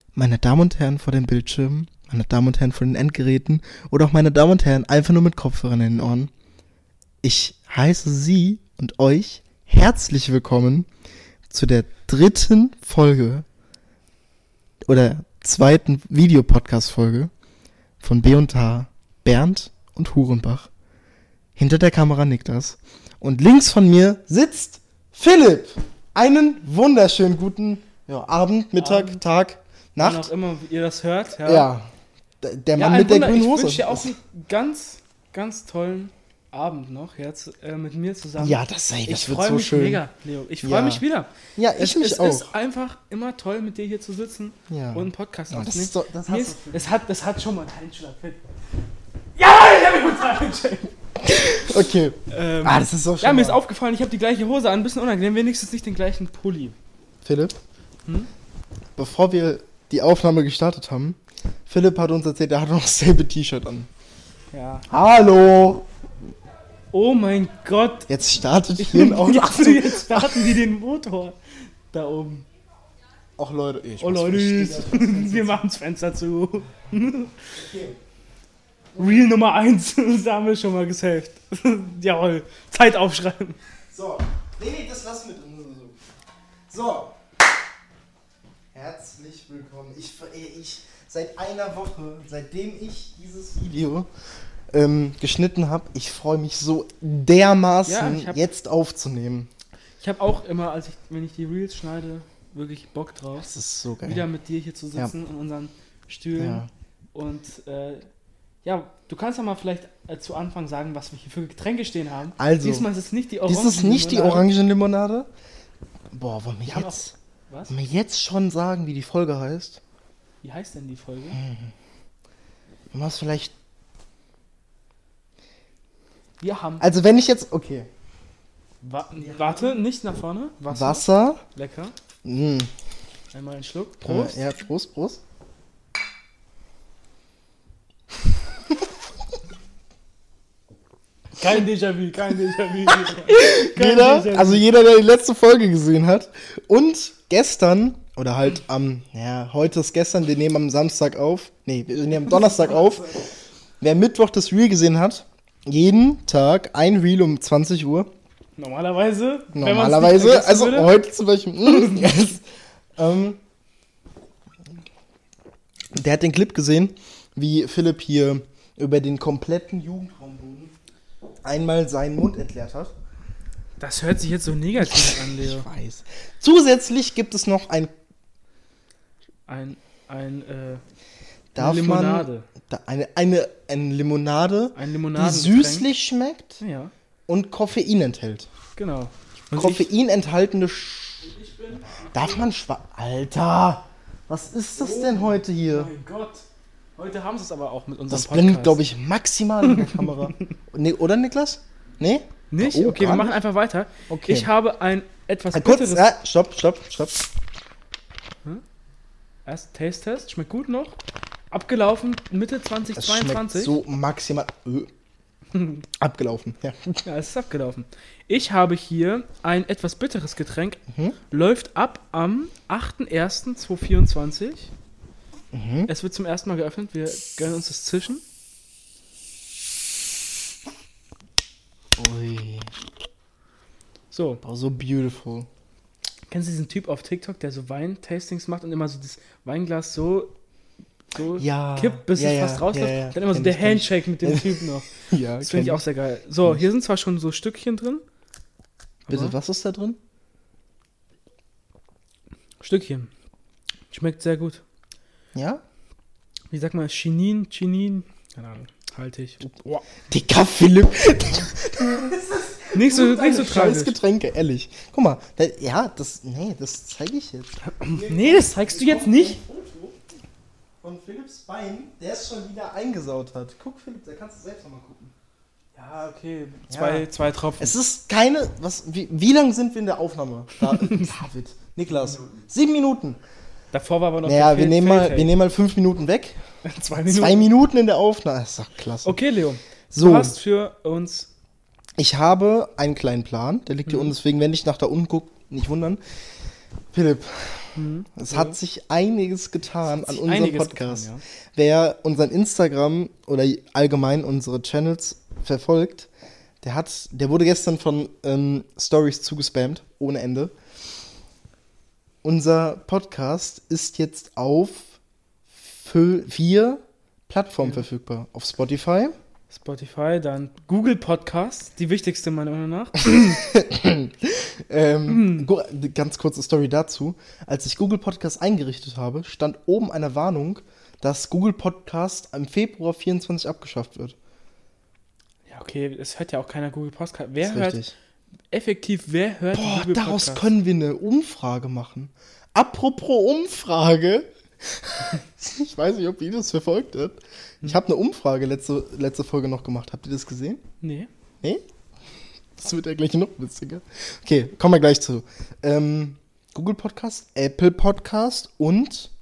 meine Damen und Herren vor den Bildschirmen, meine Damen und Herren vor den Endgeräten oder auch meine Damen und Herren einfach nur mit Kopfhörern in den Ohren. Ich heiße Sie und euch herzlich willkommen zu der 3. Folge oder 2. Videopodcast-Folge von B&H, Bernd und Hurenbach. Hinter der Kamera Niklas. Und links von mir sitzt Philipp. Einen wunderschönen guten Abend, Mittag, Tag, Nacht. Wann auch immer ihr das hört. Ja, der Mann mit der grünen Hose. Ich wünsche dir auch einen ganz, ganz tollen Abend noch jetzt mit mir zusammen. Ja, das wird so schön. Ich freue mich mega, Leo. Ich freue mich wieder. Ja, ich mich auch. Es ist einfach immer toll, mit dir hier zu sitzen und einen Podcast aufzunehmen. Das hat schon mal einen Handschlag. Ja, ich habe mich total geschenkt. Okay. Das ist so schön. Ja, mir ist aufgefallen, ich habe die gleiche Hose an, ein bisschen unangenehm, wenigstens nicht den gleichen Pulli. Philipp, bevor wir die Aufnahme gestartet haben, Philipp hat uns erzählt, er hat noch dasselbe T-Shirt an. Ja. Hallo! Oh mein Gott! Jetzt startet hier ein Auto. Jetzt starten die den Motor da oben. Ach Leute, wir machen das Fenster zu. Okay. Reel Nummer 1, da haben wir schon mal gesaved. Jawohl, Zeit aufschreiben. So, nee, das lassen wir drin. So. Herzlich willkommen. Ich seit einer Woche, seitdem ich dieses Video geschnitten habe, ich freue mich so dermaßen, jetzt aufzunehmen. Ich habe auch immer, wenn ich die Reels schneide, wirklich Bock drauf. Das ist so geil. Wieder mit dir hier zu sitzen in unseren Stühlen. Ja. Und du kannst ja mal vielleicht zu Anfang sagen, was wir hier für Getränke stehen haben. Also, diesmal ist es nicht die Orangenlimonade. Das ist nicht die Orangenlimonade. Boah, wollen wir jetzt schon sagen, wie die Folge heißt? Wie heißt denn die Folge? Du machst vielleicht... Wir haben... Also wenn ich jetzt... Okay. Warte, nicht nach vorne. Wasser. Lecker. Einmal einen Schluck. Prost. Ja, Prost. Kein Déjà-vu. Jeder, der die letzte Folge gesehen hat und gestern, oder halt heute ist gestern, wir nehmen am Samstag auf, wir nehmen am Donnerstag auf, wer Mittwoch das Reel gesehen hat, jeden Tag ein Reel um 20 Uhr. Normalerweise, also würde. Heute zum Beispiel, der hat den Clip gesehen, wie Philipp hier über den kompletten Jugendraumboden einmal seinen Mund entleert hat. Das hört sich jetzt so negativ an, Leo. Ich weiß. Zusätzlich gibt es noch eine Limonade. Eine Limonade, die süßlich schmeckt und Koffein enthält. Genau. Und Koffein enthaltene Darf man Alter! Was ist das denn heute hier? Oh mein Gott. Heute haben sie es aber auch mit unserem Das blinkt, glaube ich, maximal in der Kamera. Nee, oder, Niklas? Nee? Nicht? Okay, wir machen einfach weiter. Okay. Ich habe ein etwas bitteres... Stopp. Erst Taste-Test. Schmeckt gut noch. Abgelaufen Mitte 2022. Schmeckt so maximal... Abgelaufen, ja. Ja, es ist abgelaufen. Ich habe hier ein etwas bitteres Getränk. Läuft ab am 8.1.2024. Es wird zum ersten Mal geöffnet. Wir gönnen uns das Zischen. Ui. So. Oh, so beautiful. Kennst du diesen Typ auf TikTok, der so Weintastings macht und immer so das Weinglas so kippt, bis es fast rausläuft? Ja. Dann immer so der Handshake mit dem Typen noch. Ja, das finde ich auch sehr geil. So, hier sind zwar schon so Stückchen drin. Bitte, was ist da drin? Stückchen. Schmeckt sehr gut. Ja? Wie sagt man, Chinin, keine Ahnung, halte ich. Oh. Dicker Philipp. nicht so tragisch. Scheiß Getränke, ehrlich. Guck mal, das zeige ich jetzt. Nee, das zeigst du jetzt nicht. Von Philipps Bein, der es schon wieder eingesaut hat. Guck, Philipp, da kannst du selbst noch mal gucken. Ja, okay. Zwei Tropfen. Es ist keine, wie lang sind wir in der Aufnahme? David, Niklas, 7 Minuten. Davor war aber noch... Naja, wir nehmen mal 5 Minuten weg. 2 Minuten. 2 Minuten in der Aufnahme. Das ist doch klasse. Okay, Leo. Du hast für uns... Ich habe einen kleinen Plan. Der liegt hier unten. Deswegen, wenn ich nach da unten gucke, nicht wundern. Philipp, es hat sich einiges getan an unserem Podcast. Getan, ja. Wer unseren Instagram oder allgemein unsere Channels verfolgt, der wurde gestern von Stories zugespammt, ohne Ende. Unser Podcast ist jetzt auf 4 Plattformen verfügbar. Auf Spotify, dann Google Podcast, die wichtigste meiner Meinung nach. Ganz kurze Story dazu. Als ich Google Podcast eingerichtet habe, stand oben eine Warnung, dass Google Podcast im Februar 24 abgeschafft wird. Ja, okay, es hört ja auch keiner Google Podcast. Wer hört Google Podcast? Daraus können wir eine Umfrage machen. Apropos Umfrage. Ich weiß nicht, ob ihr das verfolgt habt. Ich habe eine Umfrage letzte Folge noch gemacht. Habt ihr das gesehen? Nee. Nee? Das wird ja gleich noch witziger. Okay, kommen wir gleich zu. Google Podcast, Apple Podcast und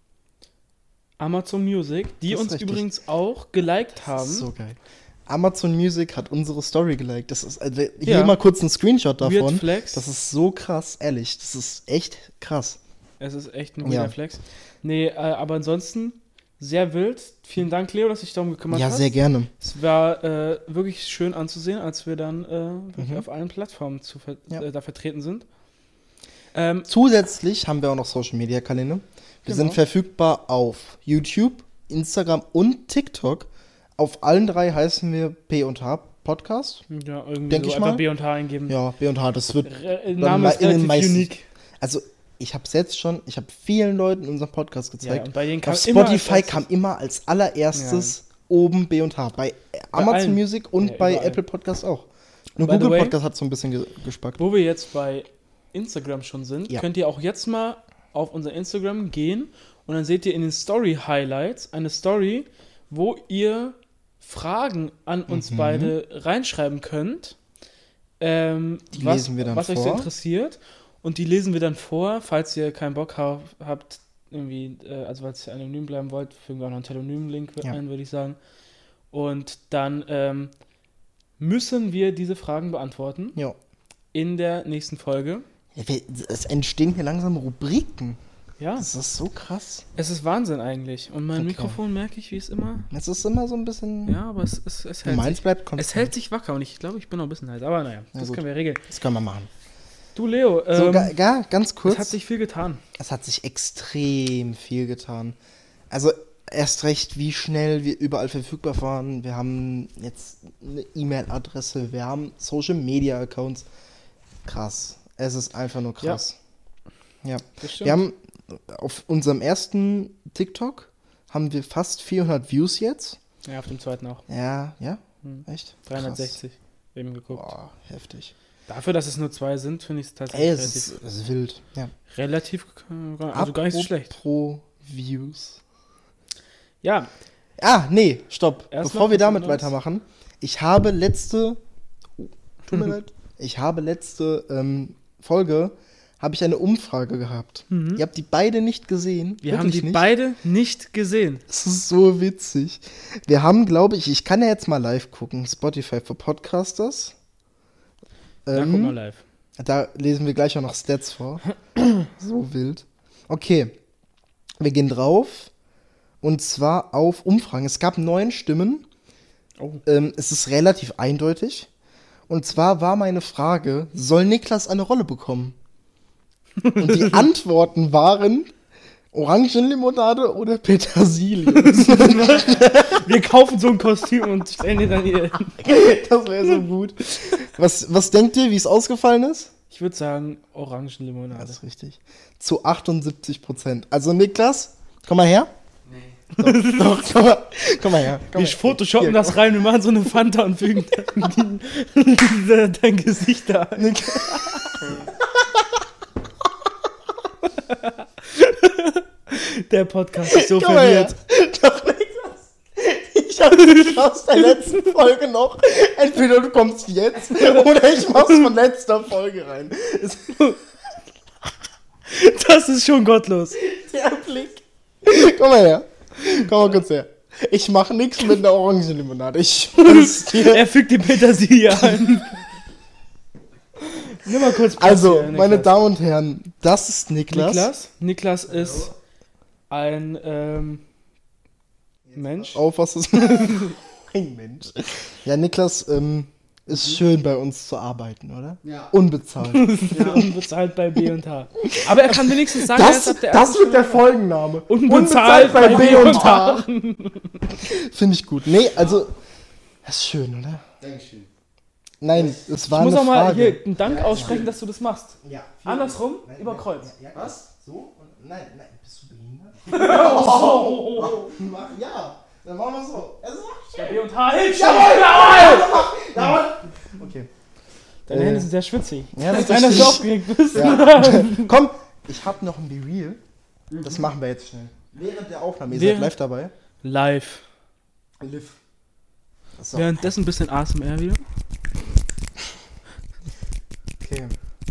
Amazon Music, die Das ist uns richtig. übrigens auch geliked haben. Das ist so geil. Amazon Music hat unsere Story geliked. Das ist hier Ja. mal kurz ein Screenshot davon. Weird Flex. Das ist so krass, ehrlich. Das ist echt krass. Es ist echt ein Ja. guter Flex. Nee, aber ansonsten sehr wild. Vielen Dank, Leo, dass du dich darum gekümmert Ja, hast. sehr gerne. Es war wirklich schön anzusehen, als wir dann wirklich auf allen Plattformen da vertreten sind. Zusätzlich haben wir auch noch Social Media Kanäle. Wir Genau. sind verfügbar auf YouTube, Instagram und TikTok. Auf allen 3 heißen wir P&H Podcast. Ja, irgendwie Denk so ich einfach mal. B&H eingeben. Ja, P&H, das wird. Name ist in den relativ meisten- unique. Also, ich habe vielen Leuten unseren Podcast Ja, gezeigt. und bei denen kam Auf immer als Spotify erstes- kam immer als allererstes oben B&H. Bei Amazon allen. Music und Ja, bei überall. Apple Podcast auch. Nur By the Google way- Podcast hat so ein bisschen gespackt. Wo wir jetzt bei Instagram schon sind, Ja. könnt ihr auch jetzt mal auf unser Instagram gehen und dann seht ihr in den Story-Highlights eine Story, wo ihr Fragen an uns beide reinschreiben könnt. Die lesen wir dann was euch so vor. interessiert. Und die lesen wir dann vor, falls ihr keinen Bock habt, irgendwie, also falls ihr anonym bleiben wollt, fügen wir auch noch einen Telonym-Link ein, würde ich sagen. Und dann müssen wir diese Fragen beantworten Ja. in der nächsten Folge. Es entstehen hier langsam Rubriken. Ja, Das ist so krass. es ist Wahnsinn eigentlich. Und mein Okay. Mikrofon merke ich, wie es immer. Es ist immer so ein bisschen. Ja, aber es hält Meins sich. bleibt konstant. Es hält sich wacker und ich glaube, ich bin noch ein bisschen heiß. Aber naja, Na das gut. können wir regeln. Das können wir machen. Du, Leo, So, ganz kurz. es hat sich viel getan. Es hat sich extrem viel getan. Also erst recht, wie schnell wir überall verfügbar waren. Wir haben jetzt eine E-Mail-Adresse, wir haben Social-Media-Accounts. Krass. Es ist einfach nur krass. Ja. Das stimmt. Wir haben auf unserem ersten TikTok haben wir fast 400 Views jetzt. Ja, auf dem zweiten auch. Ja, Hm. echt? 360 eben geguckt. Boah, heftig. Dafür, dass es nur 2 sind, finde ich es tatsächlich Ey, es ist wild. Ja. relativ, also gar nicht so schlecht. Pro Views. Ja, Nee, stopp. Erst Bevor noch wir was damit anderes? weitermachen, ich habe letzte Folge habe ich eine Umfrage gehabt. Ihr habt die beide nicht gesehen. wir haben die nicht. beide nicht gesehen. Das ist so witzig. Wir haben, glaube ich kann ja jetzt mal live gucken, Spotify für Podcasters. Ja, guck mal live. Da lesen wir gleich auch noch Stats vor. So wild. Okay. Wir gehen drauf. Und zwar auf Umfragen. Es gab 9 Stimmen. Oh. Es ist relativ eindeutig. Und zwar war meine Frage, soll Niklas eine Rolle bekommen? Und die Antworten waren Orangenlimonade oder Petersilie. Wir kaufen so ein Kostüm und stellen dir dann hier hin. Das wäre so gut. Was denkt ihr, wie es ausgefallen ist? Ich würde sagen Orangenlimonade. Das ist richtig. Zu 78%. Also Niklas, komm mal her. Nee. Doch, komm mal her. Komm Wir her. photoshoppen Hier, das rein, wir machen so eine Fanta und fügen dein Gesicht da ein. Der Podcast ist so Komm mal her. verwirrt. Doch, Niklas. Ich habe dich aus der letzten Folge noch. Entweder du kommst jetzt oder ich mach's von letzter Folge rein. Das ist schon gottlos. Der Blick. Komm mal her. Komm mal kurz her. Ich mache nichts mit einer Orangenlimonade. Ich schwör's dir. Er fügt die Petersilie ein. Nimm mal kurz Platz Also, hier, meine Damen und Herren, das ist Niklas. Niklas ist ein Mensch. Auf, was ist ein Mensch? Ja, Niklas ist schön bei uns zu arbeiten, oder? Ja. Unbezahlt. Ja, unbezahlt bei B&H. Aber er kann wenigstens sagen, Das wird der Folgenname. Unbezahlt bei B&H. Finde ich gut. Nee, also, das ist schön, oder? Dankeschön. Nein, es war Ich muss eine auch mal Frage. hier einen Dank aussprechen, dass du das machst. Ja. Andersrum, über Kreuz. Was? So? Nein, bist du behindert? Oh. Ja, dann machen wir so. Es ist auch Der B&H hilft schon. Jawohl! Okay. Deine Hände sind sehr schwitzig. Ja, Kann das sein, dass du ist aufgeregt bist. ja. Komm, ich hab noch ein Be Real. Das machen wir jetzt schnell. Während der Aufnahme. Ihr seid live dabei. Live. Live. So. Währenddessen ein bisschen ASMR wieder. Okay.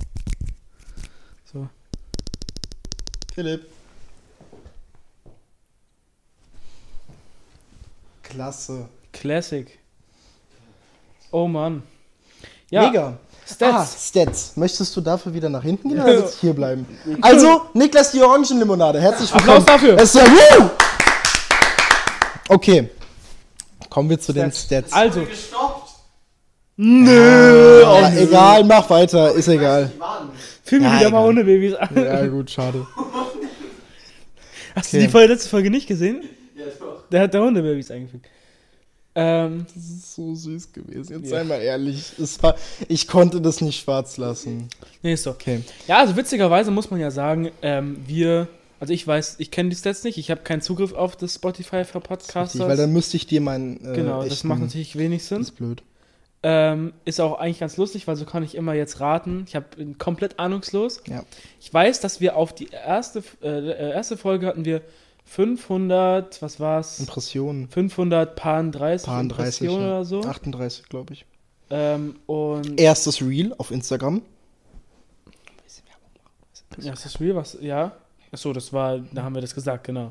So. Philipp. Klasse. Classic. Oh Mann. Ja. Mega. Stats. Stats. Möchtest du dafür wieder nach hinten gehen oder willst du hier bleiben? Also, Niklas, die Orangenlimonade. Herzlich willkommen. Applaus dafür. Es ist ja, okay. Kommen wir zu den Stats. Also. Gestoppt. Nö. Ja, egal, mach weiter. Ist egal. Die waren. Fühl mich Ja, wieder egal. mal ohne Babys an. Ja, gut, schade. Hast du Okay. die letzte Folge nicht gesehen? Ja, doch. Der hat da Hundebabys eingefügt. Das ist so süß gewesen. Jetzt Ja. sei mal ehrlich. Ich konnte das nicht schwarz lassen. Nee, ist so. Okay. Ja, also witzigerweise muss man ja sagen, also ich kenne die Stats nicht, ich habe keinen Zugriff auf das Spotify für Podcasters. Richtig, weil dann müsste ich dir meinen. Genau, das echten- macht natürlich wenig Das Sinn. ist blöd. Ist auch eigentlich ganz lustig, weil so kann ich immer jetzt raten. Bin komplett ahnungslos. Ja. Ich weiß, dass wir auf die erste Folge hatten wir 500, was war's? Impressionen. 500 Paaren 30 Paaren 30, Impressionen ja. oder so. 38, glaube ich. Und Erstes Reel auf Instagram. ja, ist das real? Was? Ja. Achso, da haben wir das gesagt, genau.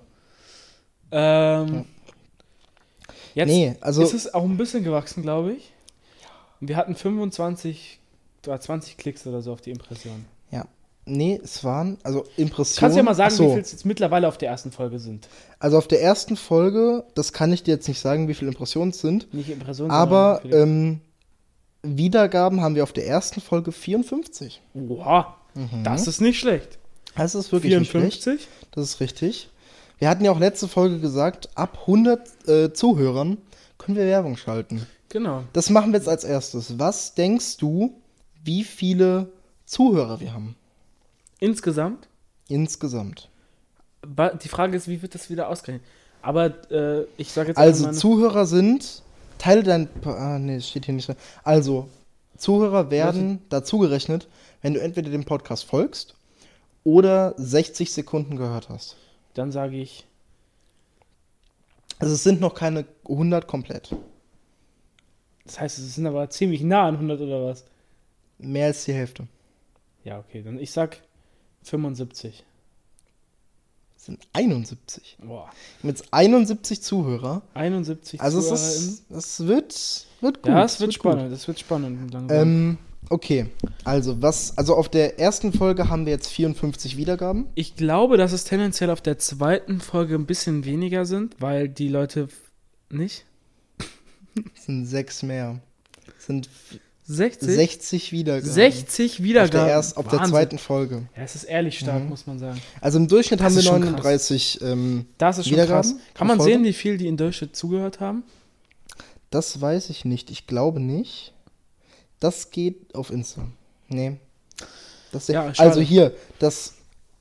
Jetzt Nee, also. ist es auch ein bisschen gewachsen, glaube ich. Wir hatten 25 oder 20 Klicks oder so auf die Impression. Nee, es waren. Also Impressionen. Kannst du ja mal sagen, Achso, wie viel es jetzt mittlerweile auf der ersten Folge sind? Also auf der ersten Folge, das kann ich dir jetzt nicht sagen, wie viele Impressionen es sind. Nicht Impressionen, Aber sondern Wiedergaben haben wir auf der ersten Folge 54. oha, das ist nicht schlecht. Das ist wirklich nicht schlecht. 54? Das ist richtig. Wir hatten ja auch letzte Folge gesagt, ab 100 Zuhörern können wir Werbung schalten. Genau. Das machen wir jetzt als erstes. Was denkst du, wie viele Zuhörer wir haben? Insgesamt? Insgesamt. Die Frage ist, wie wird das wieder ausgerechnet? Aber ich sage jetzt Also einfach Zuhörer sind, teile dein, nee, das steht hier nicht drin. Also, Zuhörer werden dazu gerechnet, wenn du entweder dem Podcast folgst oder 60 Sekunden gehört hast. dann sage ich, Also es sind noch keine 100 komplett. das heißt, es sind aber ziemlich nah an 100 oder was? Mehr als die Hälfte. Ja, okay, dann ich sag 75. Es sind 71. Boah, Mit 71 Zuhörer. 71 Also ZuhörerInnen. es wird gut. Ja, es wird gut. spannend, es wird spannend. langsam. Okay, also auf der ersten Folge haben wir jetzt 54 Wiedergaben. Ich glaube, dass es tendenziell auf der zweiten Folge ein bisschen weniger sind, weil die Leute nicht? Es sind 6 mehr. Es sind 60? 60 Wiedergaben. 60 Wiedergaben. Auf der Wahnsinn. zweiten Folge. Ja, es ist ehrlich stark, muss man sagen. Also im Durchschnitt Das haben wir ist schon 39 Das ist schon Wiedergaben krass. Kann man pro Folge? sehen, wie viel die in Durchschnitt zugehört haben? Das weiß ich nicht. Ich glaube nicht. Das geht auf Insta. Nee. Ja, schade. Also hier, das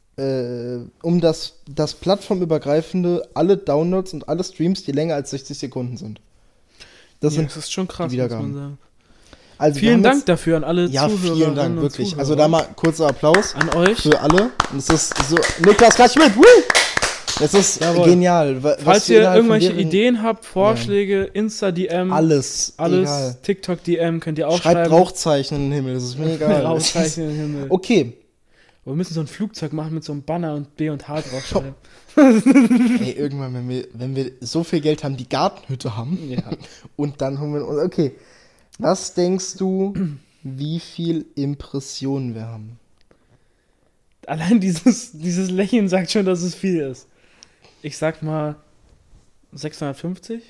das plattformübergreifende, alle Downloads und alle Streams, die länger als 60 Sekunden sind. Das sind das ist schon krass, die muss Wiedergaben. man sagen. also wir Vielen haben Dank jetzt, dafür an alle Ja, Zuhörerinnen vielen Dank, und wirklich. Zuhörer. Also da mal kurzer Applaus an euch. für alle. Und es ist so, Niklas, klatsch mit! Woo! Es ist Jawohl. genial. Falls wir ihr innerhalb von irgendwelche deren- Ideen habt, Vorschläge, Insta-DM, Alles, alles, egal. TikTok-DM könnt ihr auch Schreibt schreiben. Rauchzeichen in den Himmel, das ist mir egal. Rauchzeichen in den Himmel. Okay, Wir müssen so ein Flugzeug machen mit so einem Banner und B und H draufschreiben. ey, irgendwann, wenn wir so viel Geld haben, die Gartenhütte haben, Ja. und dann haben wir, okay, was denkst du, wie viel Impressionen wir haben? Allein dieses Lächeln sagt schon, dass es viel ist. Ich sag mal 650?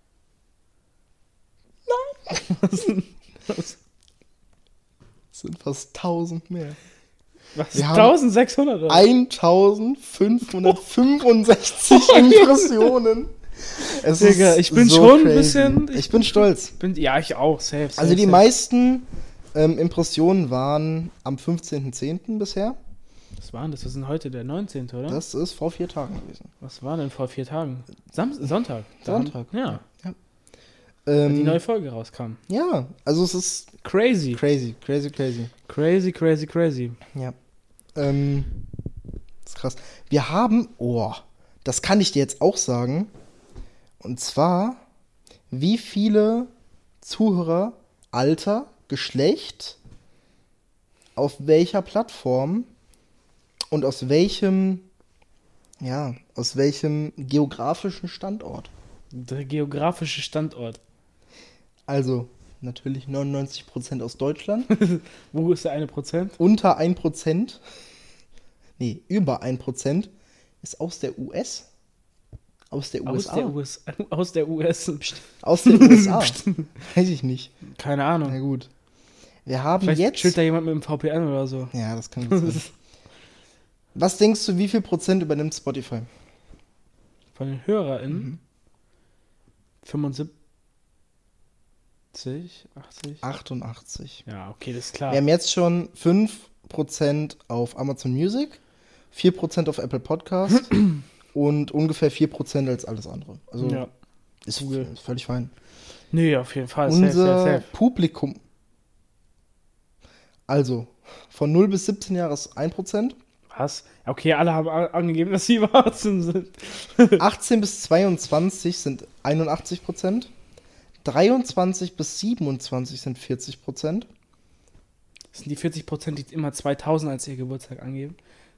Nein! Was? Das sind fast 1000 mehr. Was? Wir haben 1600? Oder? 1565 Impressionen. Es Digga, ist ich bin so schon ein crazy. bisschen... Ich bin stolz. Ja, ich auch. Safe. Also die safe. meisten Impressionen waren am 15.10. bisher. Was war denn das? Wir sind heute der 19., oder? Das ist vor 4 Tagen gewesen. Was war denn vor 4 Tagen? Sonntag. Sonntag. Ja. Ja. Die neue Folge rauskam. Ja, also es ist Crazy. crazy. Ja. Das ist krass. Wir haben, das kann ich dir jetzt auch sagen. Und zwar, wie viele Zuhörer, Alter, Geschlecht, auf welcher Plattform und aus welchem geografischen Standort. Der geografische Standort. Also, natürlich 99% aus Deutschland. Wo ist der 1%? Unter 1%. Nee, über 1% ist aus der US. Aus der USA. Aus der US. Aus der USA. Weiß ich nicht. Keine Ahnung. Na gut. Wir haben Vielleicht jetzt... chillt da jemand mit dem VPN oder so. Ja, das kann gut sein. Was denkst du, wie viel Prozent übernimmt Spotify? Von den HörerInnen? 75? 80? 88. Ja, okay, das ist klar. Wir haben jetzt schon 5% auf Amazon Music, 4% auf Apple Podcast und ungefähr 4% als alles andere. Also Ja. ist völlig fein. Nee, auf jeden Fall. Unser Publikum. Also, von 0 bis 17 Jahre ist 1%. Was? Okay, alle haben angegeben, dass sie Warzen sind. 18 bis 22 sind 81%. 23 bis 27 sind 40%. Das sind die 40%, die immer 2000 als ihr Geburtstag angeben.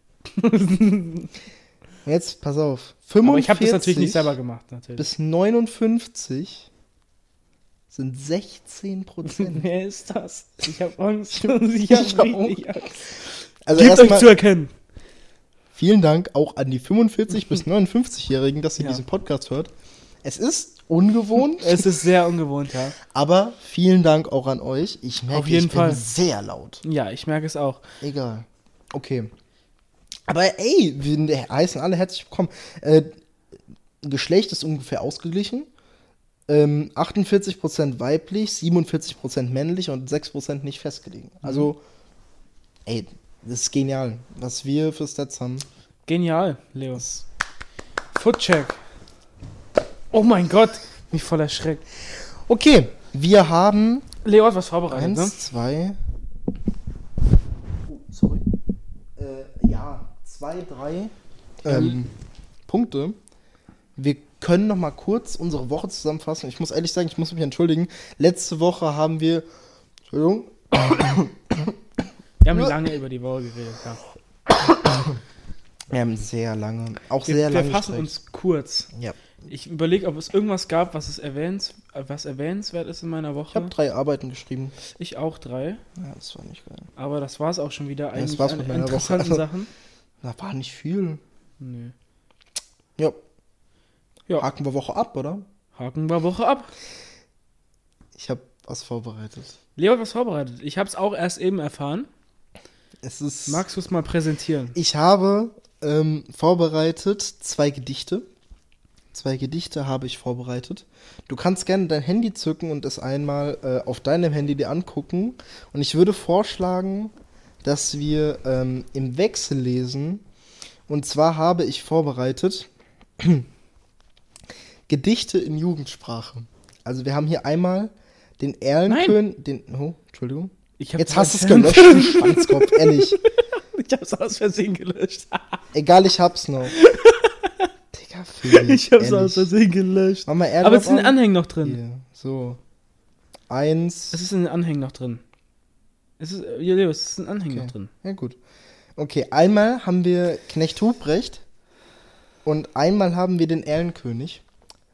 Jetzt, pass auf. 45 Aber ich habe das natürlich nicht selber gemacht, natürlich. bis 59 sind 16%. Wer ist das? Ich habe Angst. Ich hab richtig Angst. Also Gebt euch erstmal zu erkennen. vielen Dank auch an die 45 bis 59-Jährigen, dass ihr Ja. diesen Podcast hört. Es ist ungewohnt, Es ist sehr ungewohnt, ja. aber vielen Dank auch an euch. Ich merke, Auf jeden ich Fall. bin sehr laut. Ja, ich merke es auch. Egal. Okay. Aber ey, wir heißen alle herzlich willkommen. Geschlecht ist ungefähr ausgeglichen. 48% weiblich, 47% männlich und 6% nicht festgelegen. Also, ey, das ist genial, was wir für Stats haben. Genial, Leo. Footcheck. Oh mein Gott, mich voll erschreckt. Okay, wir haben Leo hat was vorbereitet, 1, 2. Oh, sorry. 2, 3 Punkte. Wir können noch mal kurz unsere Woche zusammenfassen. Ich muss ehrlich sagen, ich muss mich entschuldigen. Letzte Woche haben wir... Entschuldigung. Wir haben lange über die Woche geredet, ja. Wir haben sehr lange, auch Wir sehr lange fassen gestreckt. uns kurz. Ja. Ich überlege, ob es irgendwas gab, was erwähnenswert ist in meiner Ich Woche. habe 3 Arbeiten geschrieben. Ich auch 3. Ja, das war nicht geil. Aber das war es auch schon wieder. das Eigentlich war's an mit meiner Woche. interessanten Also- Sachen. Da war nicht viel. Nö. Ja. Ja. Haken wir Woche ab, oder? Haken wir Woche ab. Ich habe was vorbereitet. Leo hat was vorbereitet. Ich habe es auch erst eben erfahren. Es ist... Magst du es mal präsentieren? Ich habe vorbereitet 2 Gedichte. 2 Gedichte habe ich vorbereitet. Du kannst gerne dein Handy zücken und es einmal auf deinem Handy dir angucken. Und ich würde vorschlagen, dass wir im Wechsel lesen. Und zwar habe ich vorbereitet Gedichte in Jugendsprache. Also wir haben hier einmal den Erlenkönig... Entschuldigung. Jetzt hast du es gelöscht, du Schwanzkopf, ehrlich. Ich hab's aus Versehen gelöscht. Egal, ich hab's noch. Digga, Felix, Ich hab's ehrlich. aus Versehen gelöscht. Mach mal Aber es ist in den an. Anhängen noch drin. Hier, so. 1. Es ist in den Anhängen noch drin. Es ist in den Anhängen Okay. noch drin. Ja, gut. Okay, einmal haben wir Knecht Ruprecht und einmal haben wir den Erlenkönig.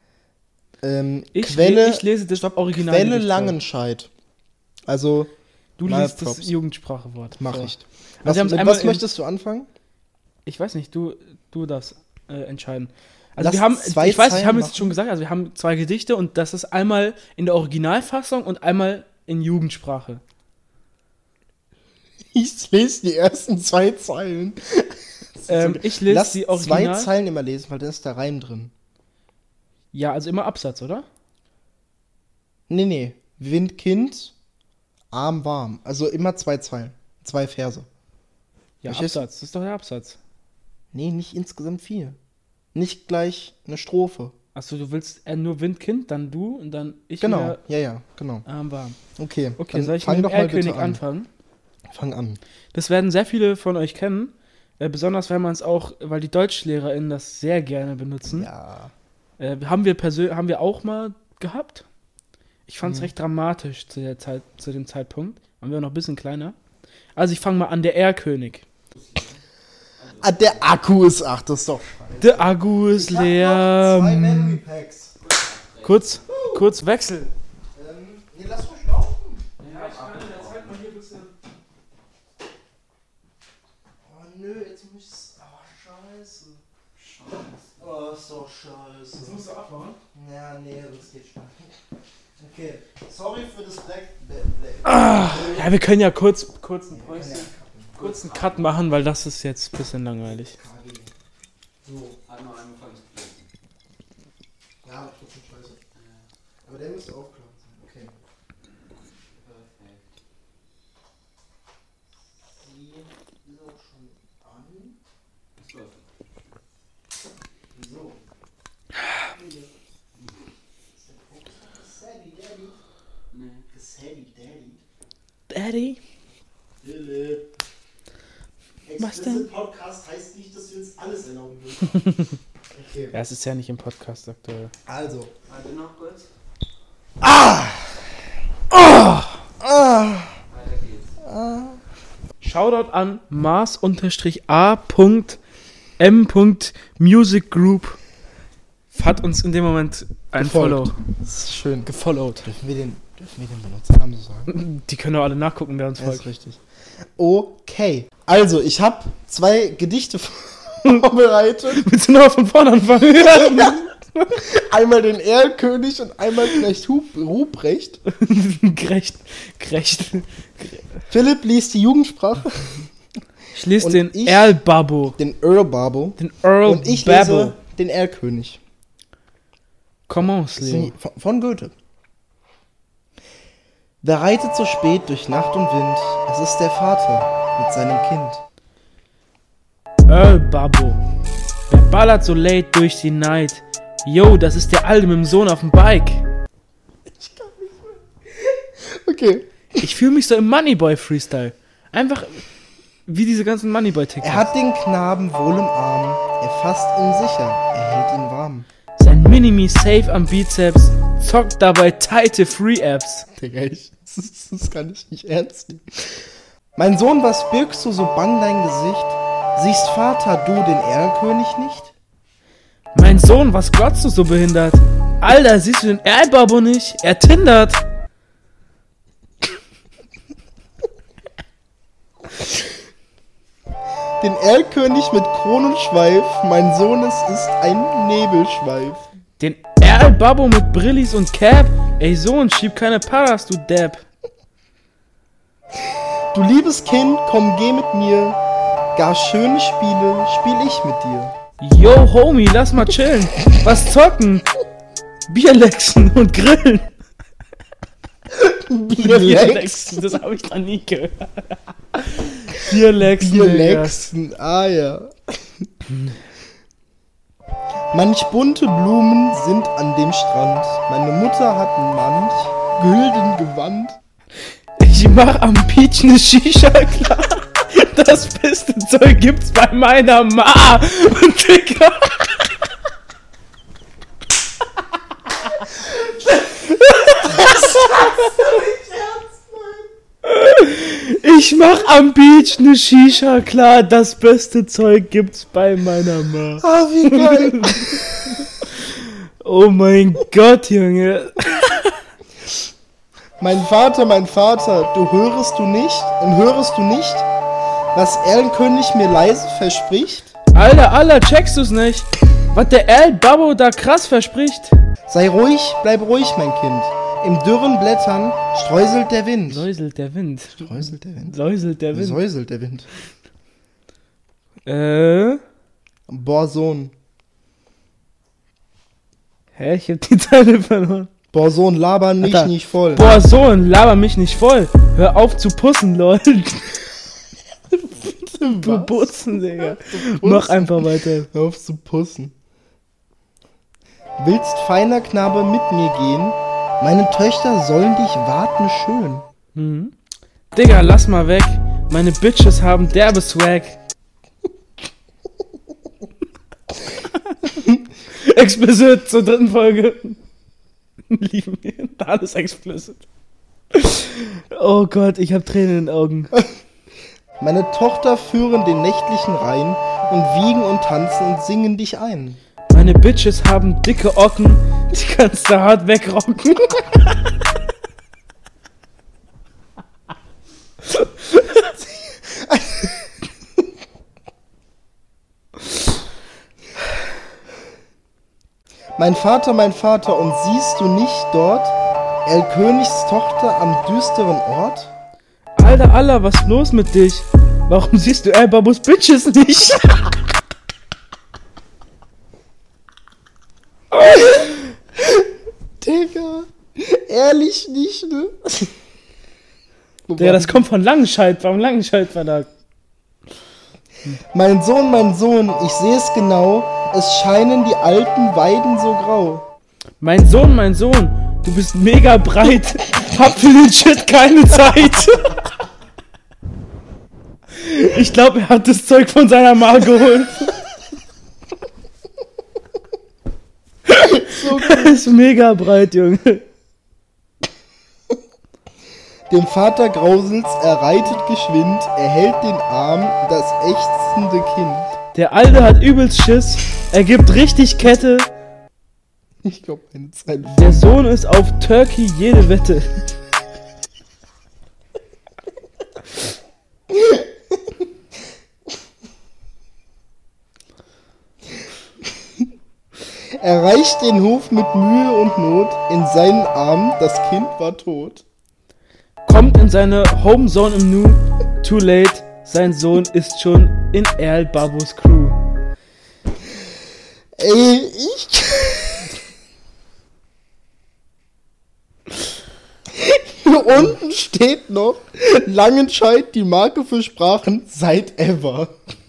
Ich Quelle lese das Original. Quelle Langenscheid. Also Du liest das Jugendsprachewort. Mach ich. Was möchtest du anfangen? Ich weiß nicht, du darfst entscheiden. Also wir haben jetzt schon gesagt, also wir haben 2 Gedichte und das ist einmal in der Originalfassung und einmal in Jugendsprache. Ich lese die ersten 2 Zeilen. Ich lese die Original. 2 Zeilen immer lesen, weil da ist der Reim drin. Ja, also immer Absatz, oder? Nee. Wind, Kind, Arm, warm. Also immer 2 Zeilen. 2 Verse. Ja, Absatz, das ist doch der Absatz. Nee, nicht insgesamt 4. Nicht gleich eine Strophe. Achso, du willst nur Wind, Kind, dann du und dann ich Genau, ja, genau. Arm, warm. Okay, soll ich mit dem Erlkönig anfangen? Fang an. Das werden sehr viele von euch kennen. Besonders, weil die DeutschlehrerInnen das sehr gerne benutzen. Ja. Haben wir auch mal gehabt. Ich fand es recht dramatisch zu dem Zeitpunkt. Waren wir noch ein bisschen kleiner. Also ich fange mal an, der Erlkönig. Der Akku ist, das ist doch scheiße. Der Akku ist leer. 2 Memory Packs. Kurz Wechsel. Nee, lass ruhig laufen. Ja, ich kann in der Zeit mal hier ein bisschen... Oh nö, jetzt muss ich's... scheiße. Oh, ist doch scheiße. Das musst du abbauen? Ja, nee, das geht schon. Okay, sorry für das Black. Ja, wir können ja kurz einen Cut machen, weil das ist jetzt ein bisschen langweilig. So. Hat noch angefangen zu fließen. Ja, aber trotzdem scheiße. Aber der müsste auch klar sein. Okay. Perfekt. Die ist auch schon an. Das läuft. So. Daddy? Philipp. Was denn? Podcast heißt nicht, dass wir uns alles erlauben dürfen. Okay. Ja, es ist ja nicht im Podcast aktuell. Also. Warte noch kurz. Weiter geht's. Shoutout an Mars-A.M.Music Group. Hat uns in dem Moment ein Follow. Das ist schön. Gefollowt. Dürfen wir den Benutzernamen so sagen? Die können doch alle nachgucken, wer uns Das folgt. ist richtig. Okay. Also, ich habe 2 Gedichte vorbereitet. Willst du noch von vorne anfangen? Ja. Einmal den Erlkönig und einmal Knecht Ruprecht. Gerecht. Philipp liest die Jugendsprache. Ich lese den Earl Babbo. Den Earl Babbo. Den Earl Und ich lese den Erlkönig. Commence, Leo. Von Goethe. Wer reitet so spät durch Nacht und Wind? Es ist der Vater mit seinem Kind. Earl Babbo. Wer ballert so late durch die Night? Yo, das ist der Alte mit dem Sohn auf dem Bike. Ich kann nicht mehr. Okay. Ich fühle mich so im Moneyboy-Freestyle. Einfach wie diese ganzen Moneyboy-TikToks. Er hat den Knaben wohl im Arm. Er fasst ihn sicher. Er hält ihn warm. Sein Minimi safe am Bizeps. Zockt dabei tighte Free-Apps. Digga, das kann ich nicht ernst nehmen. Mein Sohn, was birgst du so bang dein Gesicht? Siehst Vater, du den Erlkönig nicht? Mein Sohn, was glotzt du so behindert? Alter, siehst du den Erlbabo nicht? Er tindert. Den Erlkönig mit Kronenschweif, mein Sohn, es ist ein Nebelschweif. Den Erlbabo mit Brillis und Cap? Ey Sohn, schieb keine Paras, du Depp. Du liebes Kind, komm, geh mit mir. Gar schöne Spiele spiel ich mit dir. Yo, Homie, lass mal chillen. Was zocken? Bierlexen und grillen. Bierlexen? Das habe ich noch nie gehört. Bierlexen. Ja. Manch bunte Blumen sind an dem Strand. Meine Mutter hat manch gülden Gewand. Ich mach am Beach ne Shisha klar. Das beste Zeug gibt's bei meiner Ma. Und Digga. Ich mach am Beach ne Shisha klar. Das beste Zeug gibt's bei meiner Ma. Ah, wie geil. Oh mein Gott, Junge. Mein Vater, hörst du nicht, was Erlenkönig mir leise verspricht? Alter, checkst du's nicht? Was der Babbo da krass verspricht? Sei ruhig, bleib ruhig, mein Kind. Im dürren Blättern streuselt der Wind. Säuselt der Wind. Streuselt der Wind? Säuselt der Wind. Säuselt der Wind. Borson. Hä, ich hab die Zeile verloren. Borson, laber mich Alter. nicht voll. Borson, laber mich nicht voll. Hör auf zu pussen, lol. Du putzen, Digga. Mach einfach weiter. Hör auf zu pussen. Willst, feiner Knabe, mit mir gehen? Meine Töchter sollen dich warten schön. Mhm. Digga, lass mal weg. Meine Bitches haben derbe Swag. Explicit zur 3. Folge. Lieben wir. Alles explicit. Oh Gott, ich hab Tränen in den Augen. Meine Tochter führen den nächtlichen Rhein und wiegen und tanzen und singen dich ein. Meine Bitches haben dicke Ocken, die kannst du hart wegrocken. Mein Vater, und siehst du nicht dort Erlkönigs Tochter am düsteren Ort? Alter, was ist los mit dich? Warum siehst du Babos Bitches nicht? Digga, ehrlich nicht, ne? Digga, das kommt von Langenscheidt, vom Langenscheidt-Verlag. Mein Sohn, ich sehe es genau, es scheinen die alten Weiden so grau. Mein Sohn, du bist mega breit. Hab für den Shit keine Zeit. Ich glaube, er hat das Zeug von seiner Ma geholt. So Er ist mega breit, Junge. Dem Vater grauselt's, er reitet geschwind, er hält den Arm, das ächzende Kind. Der Alte hat übelst Schiss. Er gibt richtig Kette. Ich glaube, eine Zeile. Der Sohn ist auf Turkey jede Wette. Er reicht den Hof mit Mühe und Not, in seinen Armen, das Kind war tot. Kommt in seine Homezone im Nu. Too late. Sein Sohn ist schon in Erl Babos Crew. Ey, Hier unten steht noch Langenscheidt, die Marke für Sprachen seit ever.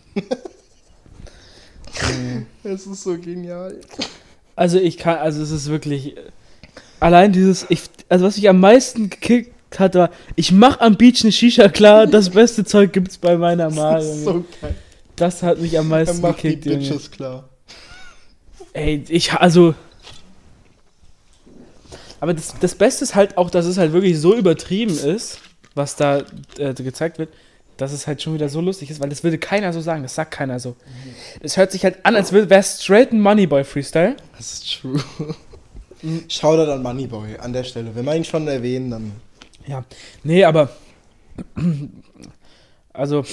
Es ist so genial. Also es ist wirklich, allein dieses, was mich am meisten gekickt hat, war, ich mach am Beach eine Shisha klar, das beste Zeug gibt's bei meiner Ma, Das ist Junge. so geil. Das hat mich am Er meisten macht die gekickt, Junge. Bitches klar. Ey, aber das Beste ist halt auch, dass es halt wirklich so übertrieben ist, was da gezeigt wird, dass es halt schon wieder so lustig ist, weil das würde keiner so sagen, das sagt keiner so. Es hört sich halt an, als wäre es straight ein Moneyboy-Freestyle. Das ist true. Shoutout an Moneyboy an der Stelle. Wenn wir ihn schon erwähnen, dann... Ja, nee, aber also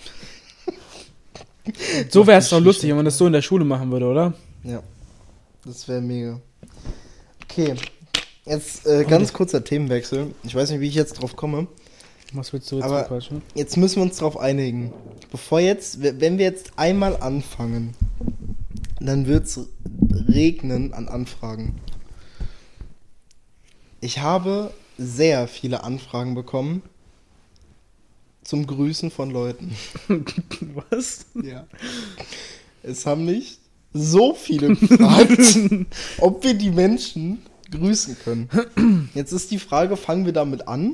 so wäre es doch lustig, wenn man das so in der Schule machen würde, oder? Ja, das wäre mega. Okay, jetzt ganz kurzer Themenwechsel. Ich weiß nicht, wie ich jetzt drauf komme. Was willst du jetzt Aber quatschen? jetzt müssen wir uns drauf einigen. Wenn wir jetzt einmal anfangen, dann wird's regnen an Anfragen. Ich habe sehr viele Anfragen bekommen zum Grüßen von Leuten. Was? Ja. Es haben mich so viele gefragt, ob wir die Menschen grüßen können. Jetzt ist die Frage, fangen wir damit an?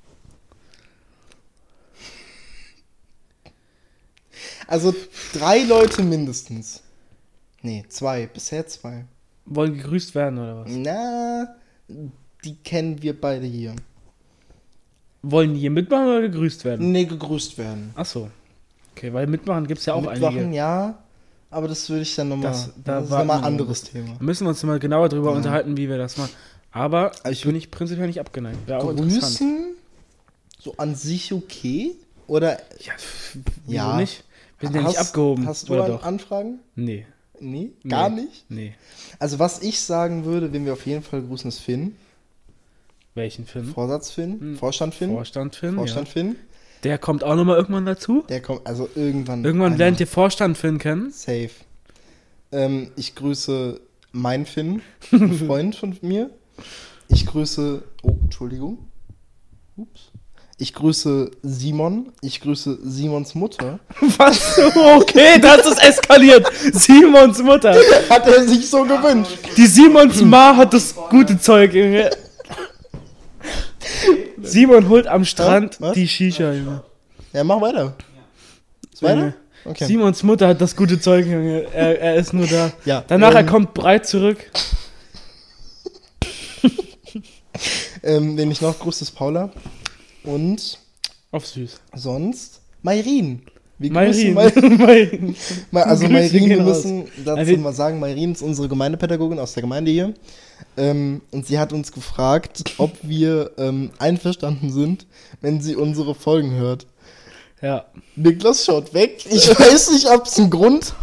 Also 3 Leute mindestens. Nee, 2. Bisher 2. Wollen gegrüßt werden, oder was? Na, die kennen wir beide hier. Wollen die hier mitmachen oder gegrüßt werden? Nee, gegrüßt werden. Achso. Okay, weil mitmachen gibt es ja auch Mitmachen, einige. ja, aber das würde ich dann nochmal... Da Das ist nochmal ein warten wir anderes Thema. Da müssen wir uns mal genauer drüber Ja. unterhalten, wie wir das machen. Aber ich bin ich prinzipiell nicht abgeneigt. Wäre auch interessant. Grüßen so an sich okay? Oder Ja, wieso nicht? Wir sind ja nicht abgehoben. Hast du oder doch? Anfragen? Nee. Nee? Gar nicht? Nee. Also was ich sagen würde, wen wir auf jeden Fall grüßen, ist Finn. Welchen Film? Vorsatz Finn? Vorstand Finn? Vorstand Finn, Vorstand Finn. Der kommt auch nochmal irgendwann dazu. Der kommt also irgendwann. Irgendwann lernt ihr Vorstand Finn kennen. Safe. Ich grüße meinen Finn, ein Freund von mir. Ich grüße. Oh, Entschuldigung. Ups. Ich grüße Simon. Ich grüße Simons Mutter. Was? Okay, das ist eskaliert. Simons Mutter. Hat er sich so gewünscht. Die Simons Ma hat das gute Zeug, Junge. Simon holt am Strand Was? die Shisha, Junge. Ja, mach weiter. Ist weiter? Junge. Okay. Simons Mutter hat das gute Zeug, Junge. Er ist nur da. Ja, Danach er kommt breit zurück. Den ich noch grüße, ist Paula. Und Auf süß. sonst Mayrin. Wir Mayrin. grüßen Mayrin. Also Grüße Mayrin, wir gehen müssen dazu Also- mal sagen, Mayrin ist unsere Gemeindepädagogin aus der Gemeinde hier. Und sie hat uns gefragt, ob wir einverstanden sind, wenn sie unsere Folgen hört. Ja. Niklas schaut weg. Ich weiß nicht, ob es einen Grund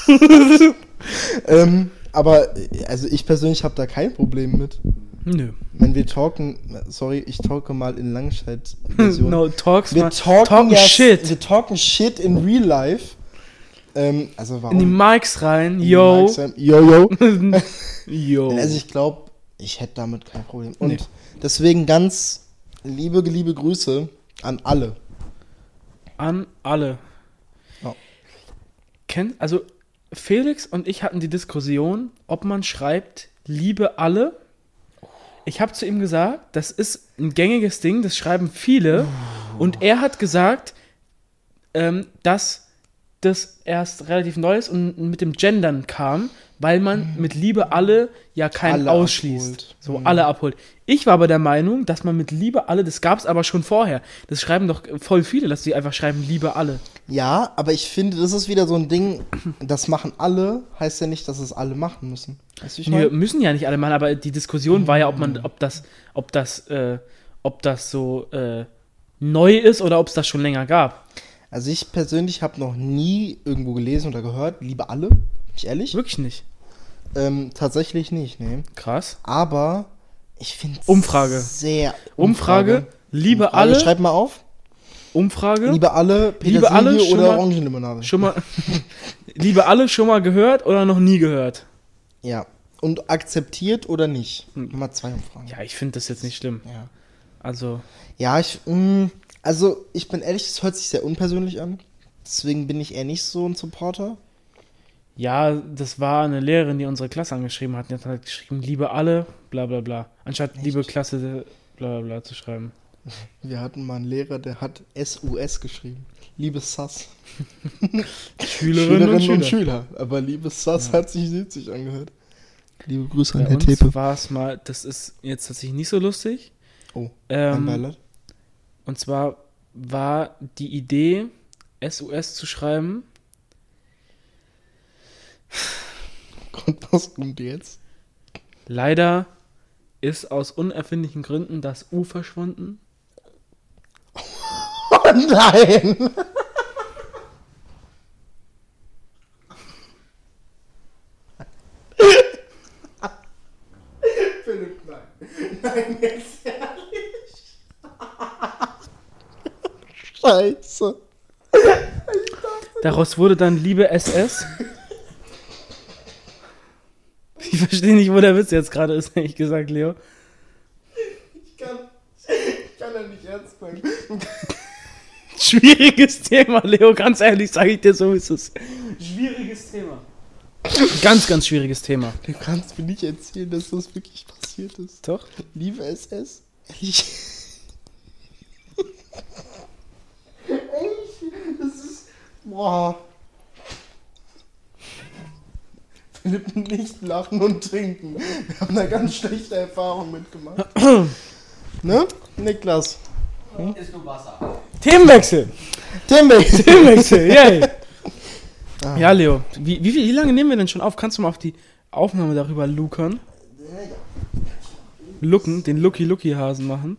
aber also ich persönlich habe da kein Problem mit. Nö. Wenn wir talken, sorry, ich talke mal in Langzeit-Version. No, talks Wir mal. talken Shit. Wir talken shit in real life. Also warum? In die Mics rein. In die Yo. Mics rein. Yo. Yo. Also ich glaube, ich hätte damit kein Problem. Und Nee. deswegen ganz liebe Grüße an alle. An alle. Ja. Also Felix und ich hatten die Diskussion, ob man schreibt, liebe alle. Ich habe zu ihm gesagt, das ist ein gängiges Ding, das schreiben viele. Und er hat gesagt, dass das erst relativ neu ist und mit dem Gendern kam, weil man mit Liebe alle ja keinen Alle ausschließt. abholt. So alle abholt. Ich war aber der Meinung, dass man mit Liebe alle, das gab es aber schon vorher. Das schreiben doch voll viele, dass sie einfach schreiben Liebe alle. Ja, aber ich finde, das ist wieder so ein Ding, das machen alle, heißt ja nicht, dass es alle machen müssen. Weißt du, wie ich Wir meine? müssen ja nicht alle machen, aber die Diskussion war ja, ob das so neu ist oder ob es das schon länger gab. Also ich persönlich habe noch nie irgendwo gelesen oder gehört, liebe alle, bin ich ehrlich? Wirklich nicht. Tatsächlich nicht, ne. Krass. Aber ich finde Umfrage. sehr... Umfrage, liebe Umfrage, alle, schreib mal auf. Umfrage, Liebe alle, Liebe alle, Petersilie schon oder mal- Orangenlimonade. schon mal, liebe alle schon mal gehört oder noch nie gehört? Ja. Und akzeptiert oder nicht? Nummer 2 Umfragen. Ja, ich finde das jetzt nicht schlimm. Ja. Also, Ja, also ich bin ehrlich, es hört sich sehr unpersönlich an. Deswegen bin ich eher nicht so ein Supporter. ja, das war eine Lehrerin, die unsere Klasse angeschrieben hat. Die hat halt geschrieben, liebe alle, bla bla bla. Anstatt liebe Klasse, bla bla bla zu schreiben. Wir hatten mal einen Lehrer, der hat SUS geschrieben. Liebe Sass. Schülerinnen und Schüler. Aber liebe Sass hat sich witzig angehört. Liebe Grüße an Bei Herr uns Tepe. war es mal, das ist jetzt tatsächlich nicht so lustig. Oh, ein Ähm, Beileid. und zwar war die Idee, SUS zu schreiben. Gott, was kommt jetzt? Leider ist aus unerfindlichen Gründen das U verschwunden. Oh nein! Philipp, nein. Nein, jetzt ehrlich. Scheiße. Daraus wurde dann Liebe SS. Ich verstehe nicht, wo der Witz jetzt gerade ist, ehrlich gesagt, Leo. Ich kann ja nicht ernst bleiben. Schwieriges Thema, Leo, ganz ehrlich, sage ich dir so, ist es. Schwieriges Thema. Ganz, ganz schwieriges Thema. Du kannst mir nicht erzählen, dass das wirklich passiert ist. Doch? Liebe SS? Ehrlich? Ehrlich? Das ist... Boah. Philipp, nicht lachen und trinken. Wir haben da ganz schlechte Erfahrungen mitgemacht. Ne? Niklas? Ist nur Wasser. Themenwechsel! Themenwechsel. Themenwechsel, yay! Ja, Leo, wie lange nehmen wir denn schon auf? Kannst du mal auf die Aufnahme darüber lukern? den Lucky-Hasen machen.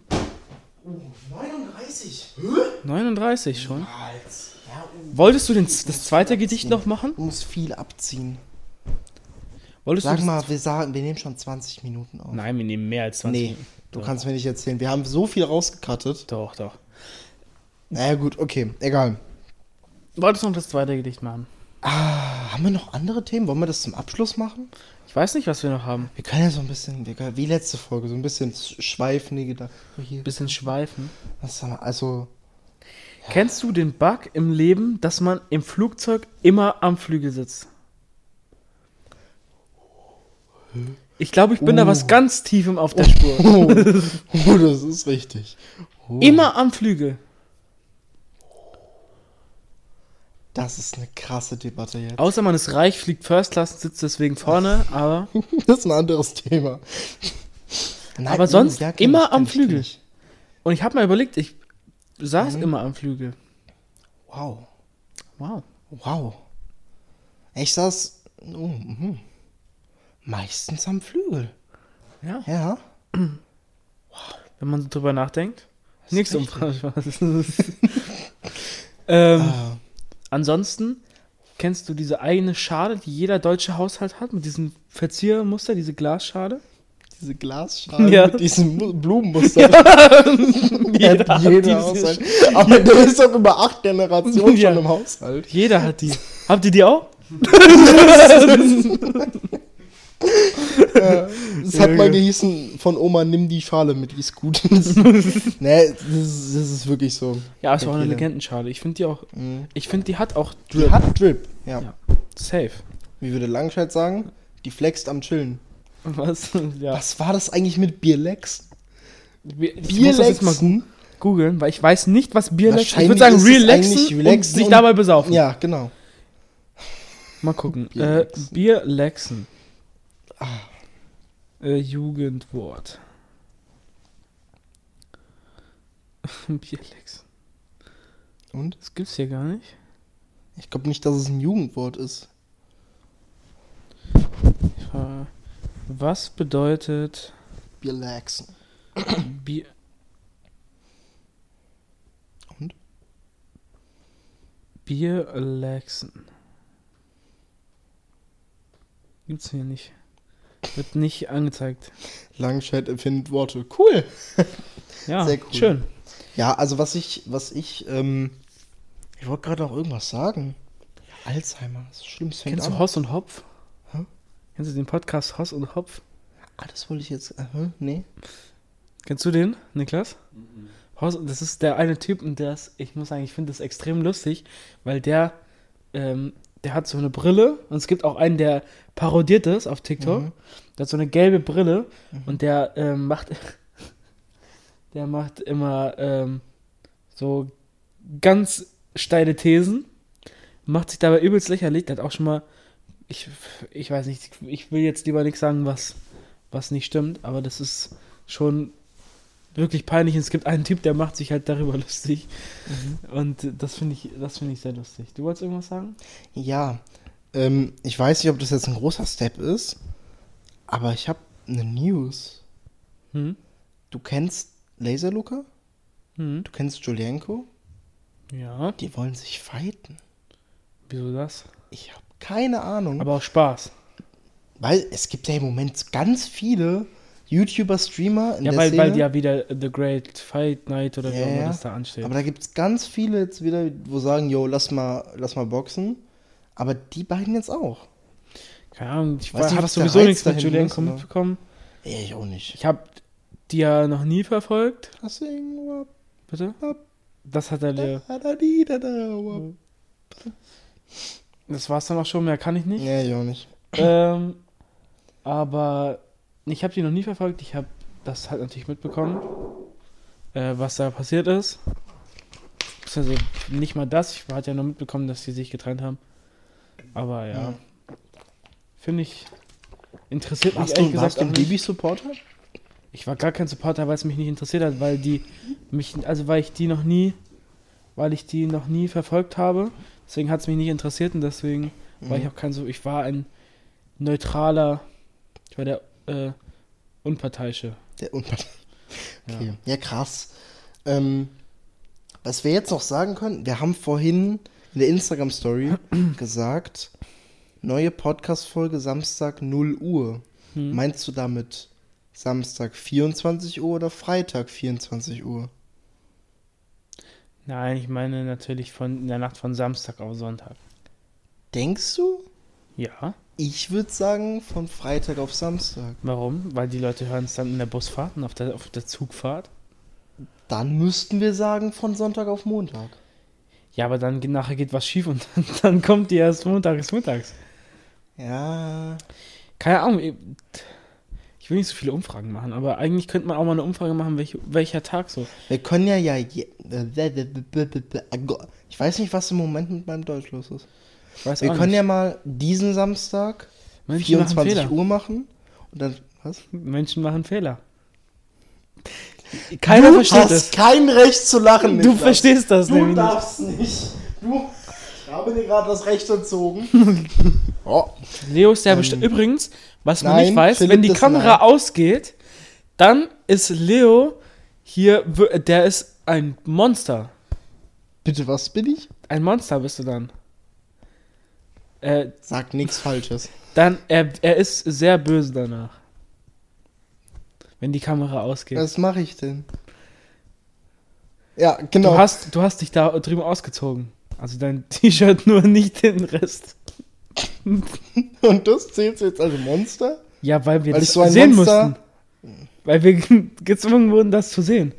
39. 39 schon. Ja, Wolltest du das zweite Gedicht noch machen? Du musst viel abziehen. Wolltest Sag du mal, wir nehmen schon 20 Minuten auf. Nein, wir nehmen mehr als 20 Minuten. Du kannst mir nicht erzählen. Wir haben so viel rausgekattet. Doch. Naja, gut, okay, egal. Wolltest du noch das zweite Gedicht machen? Haben wir noch andere Themen? Wollen wir das zum Abschluss machen? Ich weiß nicht, was wir noch haben. Wir können ja so ein bisschen, wie letzte Folge, so ein bisschen schweifen. Ein bisschen schweifen. Was haben wir, also... Kennst du den Bug im Leben, dass man im Flugzeug immer am Flügel sitzt? Ich glaube, ich bin da was ganz Tiefem auf der Spur. Oh, das ist richtig. Oh. Immer am Flügel. Das ist eine krasse Debatte jetzt. Außer man ist reich, fliegt First Class, sitzt deswegen vorne, aber... Das ist ein anderes Thema. Nein, aber sonst ja, immer am Flügel. Und ich habe mal überlegt, ich saß immer am Flügel. Wow. Ich saß meistens am Flügel. Ja. Wenn man so drüber nachdenkt. Nichts umfragen. Ansonsten kennst du diese eine Schale, die jeder deutsche Haushalt hat, mit diesem Verziermuster, diese Glasschale? Diese Glasschale mit diesem Blumenmuster. Jeder Haushalt. Aber der ist doch über 8 Generationen schon im Haushalt. Jeder hat die. Habt ihr die auch? Es hat mal gehießen, von Oma, nimm die Schale mit, die ist gut. Nee, das ist wirklich so. Ja, es war auch eine Legendenschale. Ich finde die auch, ich finde, die hat auch Drip. Die hat Drip, ja. Safe. Wie würde Langscheid sagen? Die flext am Chillen. Was? Ja. Was war das eigentlich mit Bierlex? Ich muss das jetzt mal googeln, weil ich weiß nicht, was Bierlex ist. Ich würde Wahrscheinlich sagen, ist es relaxen eigentlich und relaxen sich und- dabei besaufen. Ja, genau. Mal gucken. Bierlexen. Bierlexen. Jugendwort. Bierlexen. Und? Das gibt's hier gar nicht. Ich glaube nicht, dass es ein Jugendwort ist. Was bedeutet Bierlexen. Bier... Und? Bierlexen. Gibt's hier nicht. Wird nicht angezeigt. Langscheid erfindet Worte. Cool. Ja, sehr cool. Schön. Ja, also ich wollte gerade noch irgendwas sagen. Alzheimer, das ist schlimm. Es fängt Kennst an. du Hoss und Hopf? Hä? Kennst du den Podcast Hoss und Hopf? Das wollte ich jetzt. Nee. Kennst du den, Niklas? Hoss, das ist der eine Typ und ich muss sagen, ich finde das extrem lustig, weil der hat so eine Brille und es gibt auch einen, der parodiert das auf TikTok. Der hat so eine gelbe Brille und der macht immer so ganz steile Thesen, macht sich dabei übelst lächerlich. Der hat auch schon mal, ich weiß nicht, ich will jetzt lieber nichts sagen, was nicht stimmt, aber das ist schon wirklich peinlich. Und es gibt einen Typ, der macht sich halt darüber lustig. Und das finde ich sehr lustig. Du wolltest irgendwas sagen? Ja. Ich weiß nicht, ob das jetzt ein großer Step ist, aber ich habe eine News. Du kennst Laserluca? Du kennst Julienko? Ja. Die wollen sich fighten. Wieso das? Ich habe keine Ahnung. Aber auch Spaß. Weil es gibt ja im Moment ganz viele YouTuber, Streamer in der weil Szene. ja wieder The Great Fight Night oder wie auch immer das da ansteht. Aber da gibt es ganz viele jetzt wieder, wo sagen, yo, lass mal boxen. Aber die beiden jetzt auch. Keine Ahnung, ich Weiß nicht, habe was der sowieso Reiz nichts mit dahin Julienko ist, oder? mitbekommen. Ja, ich auch nicht. Ich habe die ja noch nie verfolgt. Bitte? Das hat er dir. Das war's dann auch schon, mehr kann ich nicht. Ja, ich auch nicht. Aber ich habe die noch nie verfolgt. Ich habe das halt natürlich mitbekommen, was da passiert ist. Also nicht mal das. Ich hatte ja nur mitbekommen, dass sie sich getrennt haben. Aber ja. Finde ich. Interessiert mich ehrlich gesagt Warst du auch ein nicht. Baby-Supporter? Ich war gar kein Supporter, weil es mich nicht interessiert hat, weil ich die noch nie verfolgt habe. Deswegen hat es mich nicht interessiert und deswegen war ich auch ich war ein neutraler, ich war der Unparteiische Der Unparteiische. Okay, ja krass. Was wir jetzt noch sagen können, wir haben vorhin in der Instagram-Story gesagt, neue Podcast-Folge Samstag 0 Uhr. Meinst du damit Samstag 24 Uhr oder Freitag 24 Uhr? Nein, ich meine natürlich in der Nacht von Samstag auf Sonntag. Denkst du? Ja. Ich würde sagen von Freitag auf Samstag. Warum? Weil die Leute hören es dann in der Busfahrt und auf der Zugfahrt. Dann müssten wir sagen von Sonntag auf Montag. Ja, aber dann nachher geht was schief und dann kommt die erst mittags. Ja. Keine Ahnung, ich will nicht so viele Umfragen machen, aber eigentlich könnte man auch mal eine Umfrage machen, welcher Tag so. Wir können ja ich weiß nicht, was im Moment mit meinem Deutsch los ist. Wir können ja mal diesen Samstag 24 Uhr machen und dann, was? Menschen machen Fehler. Keiner versteht das. Du hast kein Recht zu lachen. Du verstehst das nämlich nicht. Du darfst nicht. Ich habe dir gerade das Recht entzogen. Leo ist ja bestimmt. Übrigens, was man nicht weiß, Philipp, wenn die Kamera ausgeht, dann ist Leo hier, der ist ein Monster. Bitte, was bin ich? Ein Monster bist du dann. Sag nichts Falsches. Dann, er ist sehr böse danach. Wenn die Kamera ausgeht. Was mache ich denn? Ja, genau. Du hast dich da drüben ausgezogen. Also dein T-Shirt, nur nicht den Rest. Und das zählt jetzt als Monster? Ja, weil wir das so sehen mussten. Weil wir gezwungen wurden, das zu sehen.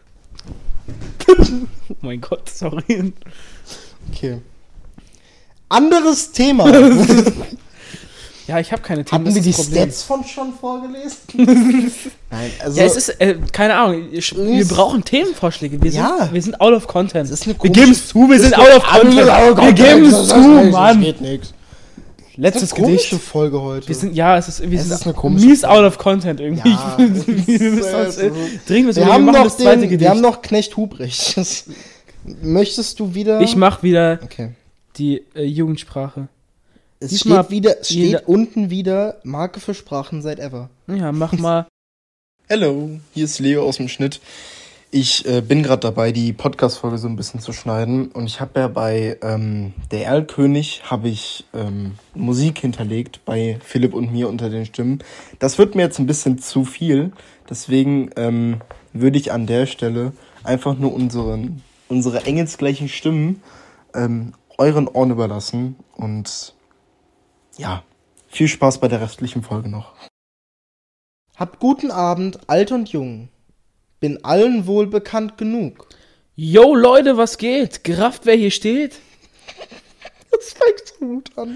Oh mein Gott, sorry. Okay. Anderes Thema. Ja, ich habe keine Themen. Hatten wir die Stats schon vorgelesen? Nein, also... Ja, es ist, keine Ahnung, wir brauchen Themenvorschläge. Wir sind out of content. Das ist eine wir geben es zu, wir sind out of content. Wir geben es zu, Mann. Geht nix. Letztes das ist eine Gedicht. komische Folge heute. Wir sind eine komische mies out of content irgendwie. Ja, wir haben noch Knecht Hubrecht. Möchtest du wieder... Ich mach wieder die Jugendsprache. Es steht unten wieder Marke für Sprachen seit ever. Ja, mach mal. Hello, hier ist Leo aus dem Schnitt. Ich bin gerade dabei, die Podcast-Folge so ein bisschen zu schneiden. Und ich habe ja bei Der Erlkönig Musik hinterlegt, bei Philipp und mir unter den Stimmen. Das wird mir jetzt ein bisschen zu viel. Deswegen würde ich an der Stelle einfach nur unsere engelsgleichen Stimmen euren Ohren überlassen. Und ja, viel Spaß bei der restlichen Folge noch. Habt guten Abend, alt und jung. Bin allen wohl bekannt genug. Yo, Leute, was geht? Gerafft, wer hier steht? Das fängt so gut an.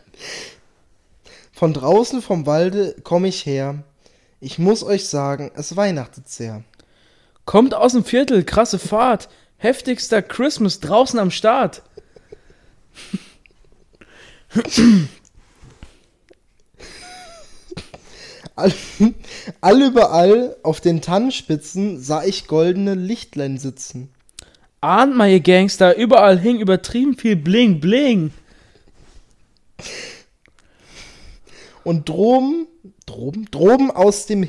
Von draußen vom Walde komm ich her. Ich muss euch sagen, es weihnachtet sehr. Kommt aus dem Viertel, krasse Fahrt. Heftigster Christmas draußen am Start. Überall auf den Tannenspitzen sah ich goldene Lichtlein sitzen. Ahnt mal, ihr Gangster, überall hing übertrieben viel Bling Bling. Und droben aus dem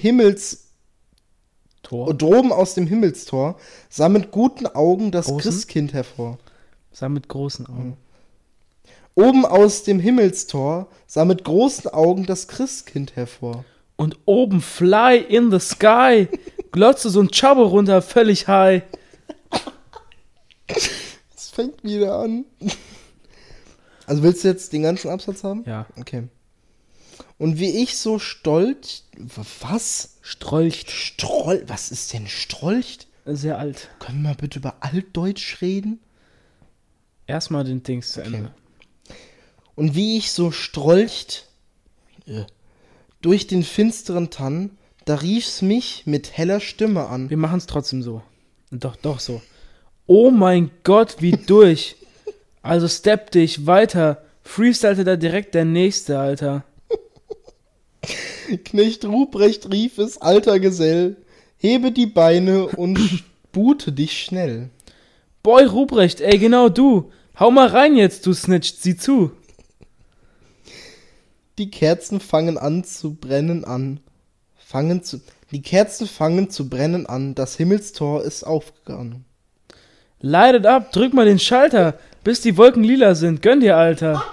Himmelstor sah mit guten Augen das Christkind hervor. Sah mit großen Augen. Oben aus dem Himmelstor sah mit großen Augen das Christkind hervor. Und oben fly in the sky, glotzte so ein Chabo runter, völlig high. Es fängt wieder an. Also willst du jetzt den ganzen Absatz haben? Ja. Okay. Und wie ich so stolz... Was? Strolcht. Was ist denn Strolcht? Sehr alt. Können wir bitte über Altdeutsch reden? Erstmal den Dings zu Ende. Und wie ich so strolcht... durch den finsteren Tann, da rief's mich mit heller Stimme an. Wir machen's trotzdem so. Doch so. Oh mein Gott, wie durch. Also stepp dich weiter. Freestylte da direkt der Nächste, Alter. Knecht Ruprecht rief es, alter Gesell, hebe die Beine und spute dich schnell. Boy, Ruprecht, ey, genau du. Hau mal rein jetzt, du Snitch, sieh zu. Die Kerzen fangen an zu brennen an. Die Kerzen fangen zu brennen an, das Himmelstor ist aufgegangen. Leitet ab, drück mal den Schalter, bis die Wolken lila sind. Gönn dir, Alter.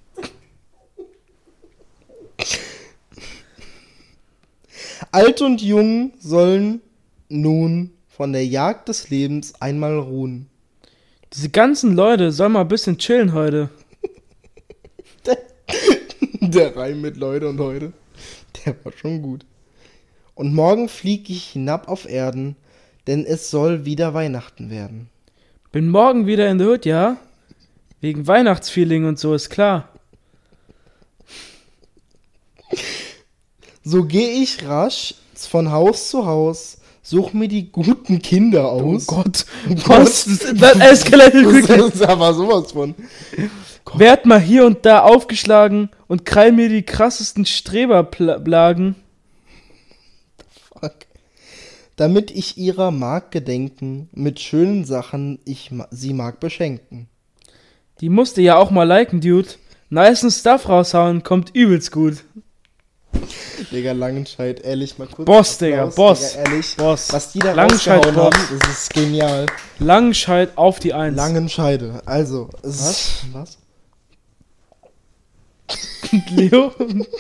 Alt und Jung sollen nun von der Jagd des Lebens einmal ruhen. Diese ganzen Leute sollen mal ein bisschen chillen heute. Der Reim mit Leute und heute, der war schon gut. Und morgen flieg ich hinab auf Erden, denn es soll wieder Weihnachten werden. Bin morgen wieder in der Hut, ja? Wegen Weihnachtsfeeling und so, ist klar. So geh ich rasch von Haus zu Haus, such mir die guten Kinder aus. Oh Gott, was? Das eskaliert quickly. Das ist aber sowas von. Werd mal hier und da aufgeschlagen und krall mir die krassesten Streberblagen. Fuck. Damit ich ihrer mag gedenken, mit schönen Sachen sie mag beschenken. Die musste ja auch mal liken, Dude. Nicen Stuff raushauen, kommt übelst gut. Digga, Langenscheid, ehrlich, mal kurz. Boss, Digga, Boss. Digga, ehrlich, Boss. was die da Langenscheid, rausgehauen Boss. haben, das ist genial. Langenscheid auf die Eins. Langenscheide, also. Was? Leo?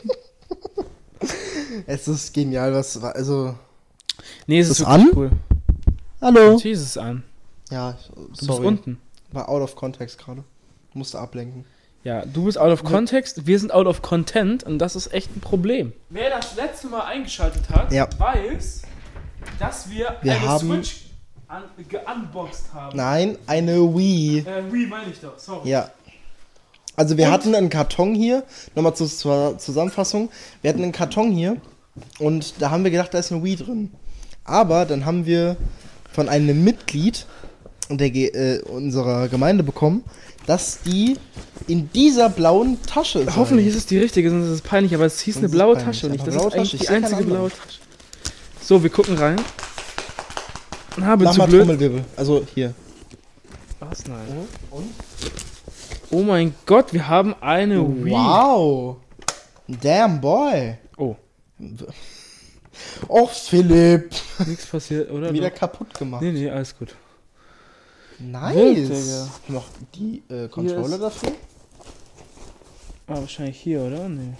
Es ist genial, also. Nee, es Ist ist es wirklich an? cool. Hallo? Natürlich ist es an. Ja, Du bist sorry. unten. War out of context gerade. Musste ablenken. Ja, du bist out of context, wir sind out of content und das ist echt ein Problem. Wer das letzte Mal eingeschaltet hat, Ja. weiß, dass wir Wir haben- Switch geunboxed haben. Nein, eine Wii. Wii meine ich doch, sorry. Ja. Also wir Und? hatten einen Karton hier, nochmal zur Zusammenfassung, wir hatten einen Karton hier und da haben wir gedacht, da ist eine Wii drin. Aber dann haben wir von einem Mitglied unserer Gemeinde bekommen, dass die in dieser blauen Tasche ist. Hoffentlich ist es die richtige, sonst ist es peinlich, aber es hieß Sonst eine ist es blaue peinlich, Tasche und aber das blaue ist eigentlich Tasche, ich die sehe keine einzige andere. blaue Tasche. So, wir gucken rein. Bin Mach zu mal blöd. Trommelwirbel. Also hier. Was? Nein. Und? Oh mein Gott, wir haben eine Wii. Wow. Damn boy. Oh, Och, Philipp. nichts passiert, oder? Wieder Doch? kaputt gemacht. Nee, alles gut. Nice. Wild, Digga. Noch die Controller ist- dafür? Ah, wahrscheinlich hier, oder? Nee.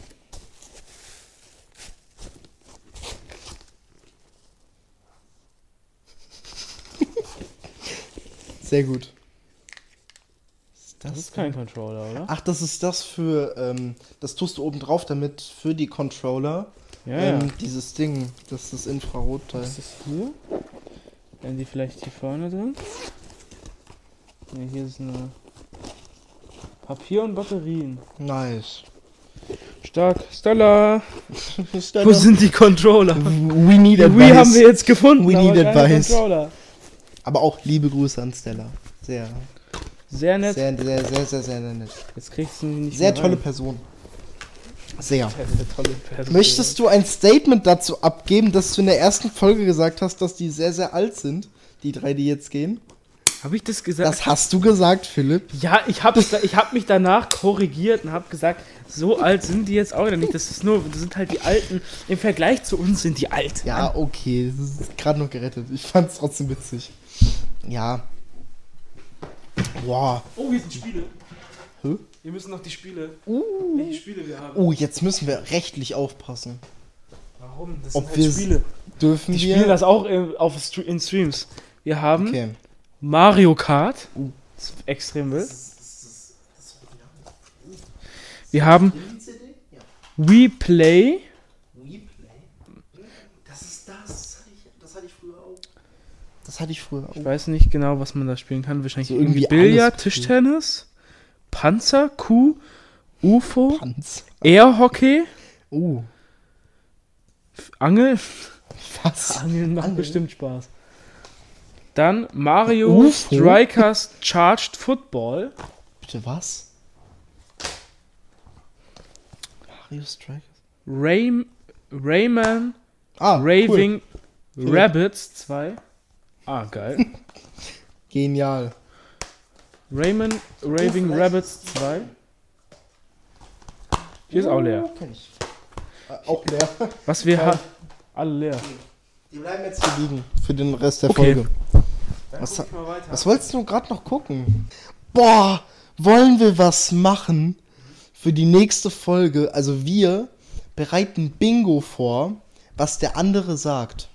Sehr gut. Das ist kein Controller, oder? Ach, das ist das für, das tust du oben drauf, damit für die Controller Ja, dieses Ding, das ist das Infrarotteil. Was ist das hier? Wären die vielleicht hier vorne drin? Ne, hier ist eine Papier und Batterien. Nice. Stark. Stella! Stella. Wo sind die Controller? We need Die advice. Wii haben wir jetzt gefunden, We aber need keine advice. Controller. Aber auch liebe Grüße an Stella. Sehr, Sehr nett. sehr nett. Jetzt kriegst du nicht Sehr mehr tolle rein. Person. Sehr. Sehr tolle Person. Möchtest du ein Statement dazu abgeben, dass du in der ersten Folge gesagt hast, dass die sehr, sehr alt sind? Die drei, die jetzt gehen? Habe ich das gesagt? Das hast du gesagt, Philipp. Ja, ich hab mich danach korrigiert und habe gesagt, so alt sind die jetzt auch wieder nicht. Das sind halt die Alten. Im Vergleich zu uns sind die alt. Ja, okay. Das ist gerade noch gerettet. Ich fand's trotzdem witzig. Ja. Wow. Oh, hier sind Spiele. Hä? Wir müssen noch die Spiele. Welche Spiele wir haben. Oh, jetzt müssen wir rechtlich aufpassen. Warum? Das Ob sind wir halt Spiele. Dürfen Die wir? spielen das auch in Streams. Wir haben Okay. Mario Kart. Das ist extrem wild. Wir haben Wii Play. Das ist das. Das hatte ich früher auch. Das hatte ich früher auch. Ich weiß nicht genau, was man da spielen kann. Wahrscheinlich So irgendwie irgendwie Billard, alles Tischtennis, Panzer, Kuh, UFO, Panz. Airhockey, Angel. Was? Angeln macht Angeln? bestimmt Spaß. Dann Mario UFO? Strikers Charged Football. Bitte was? Mario Strikers? Rayman Raving Rabbits 2. Ah, geil. Genial. Rayman Raving Rabbits 2. Hier ist auch leer. Kenn ich. Auch leer. Was wir haben. Alle leer. Die bleiben jetzt hier liegen für den Rest der Okay. Folge. Dann Was- guck ich mal weiter. Was wolltest du gerade noch gucken? Boah, wollen wir was machen für die nächste Folge? Also wir bereiten Bingo vor, was der andere sagt.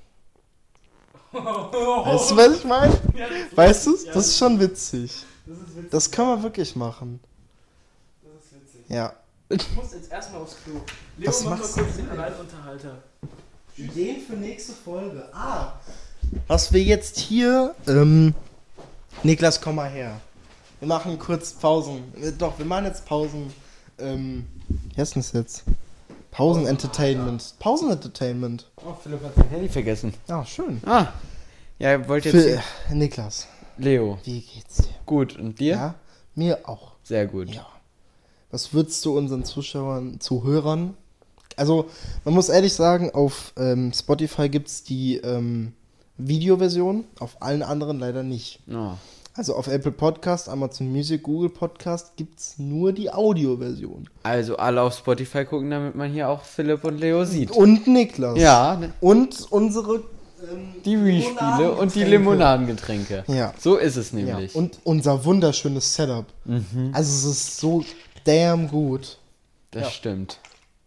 Weißt du, was ich meine? Ja, das Weißt du? ja, Das ist schon witzig. Das ist witzig. Das können wir wirklich machen. Das ist witzig. Ja. Ich muss jetzt erstmal aufs Klo. Leo, Was mach mal machst kurz du den denn? Alleinunterhalter. Ideen für nächste Folge. Was wir jetzt hier. Niklas, komm mal her. Wir machen kurz Pausen. Doch, wir machen jetzt Pausen. Wie heißt denn das jetzt? Pausen-Entertainment. Pausen-Entertainment. Oh, Philipp hat sein Handy vergessen. Ah, schön. Ah. Ja, wollt jetzt. Für, Niklas, Leo. wie geht's dir? Gut. Und dir? Ja? Mir auch. Sehr gut. Ja. Was würdest du unseren Zuhörern? Also, man muss ehrlich sagen, auf Spotify gibt es die Videoversion, auf allen anderen leider nicht. Oh. Also auf Apple Podcast, Amazon Music, Google Podcast gibt es nur die Audioversion. Also alle auf Spotify gucken, damit man hier auch Philipp und Leo sieht. Und Niklas. Ja, ne? Und unsere Die Wii-Spiele und die Limonadengetränke. Ja. So ist es Ja. nämlich. Und unser wunderschönes Setup. Also es ist so damn gut. Das Ja. stimmt.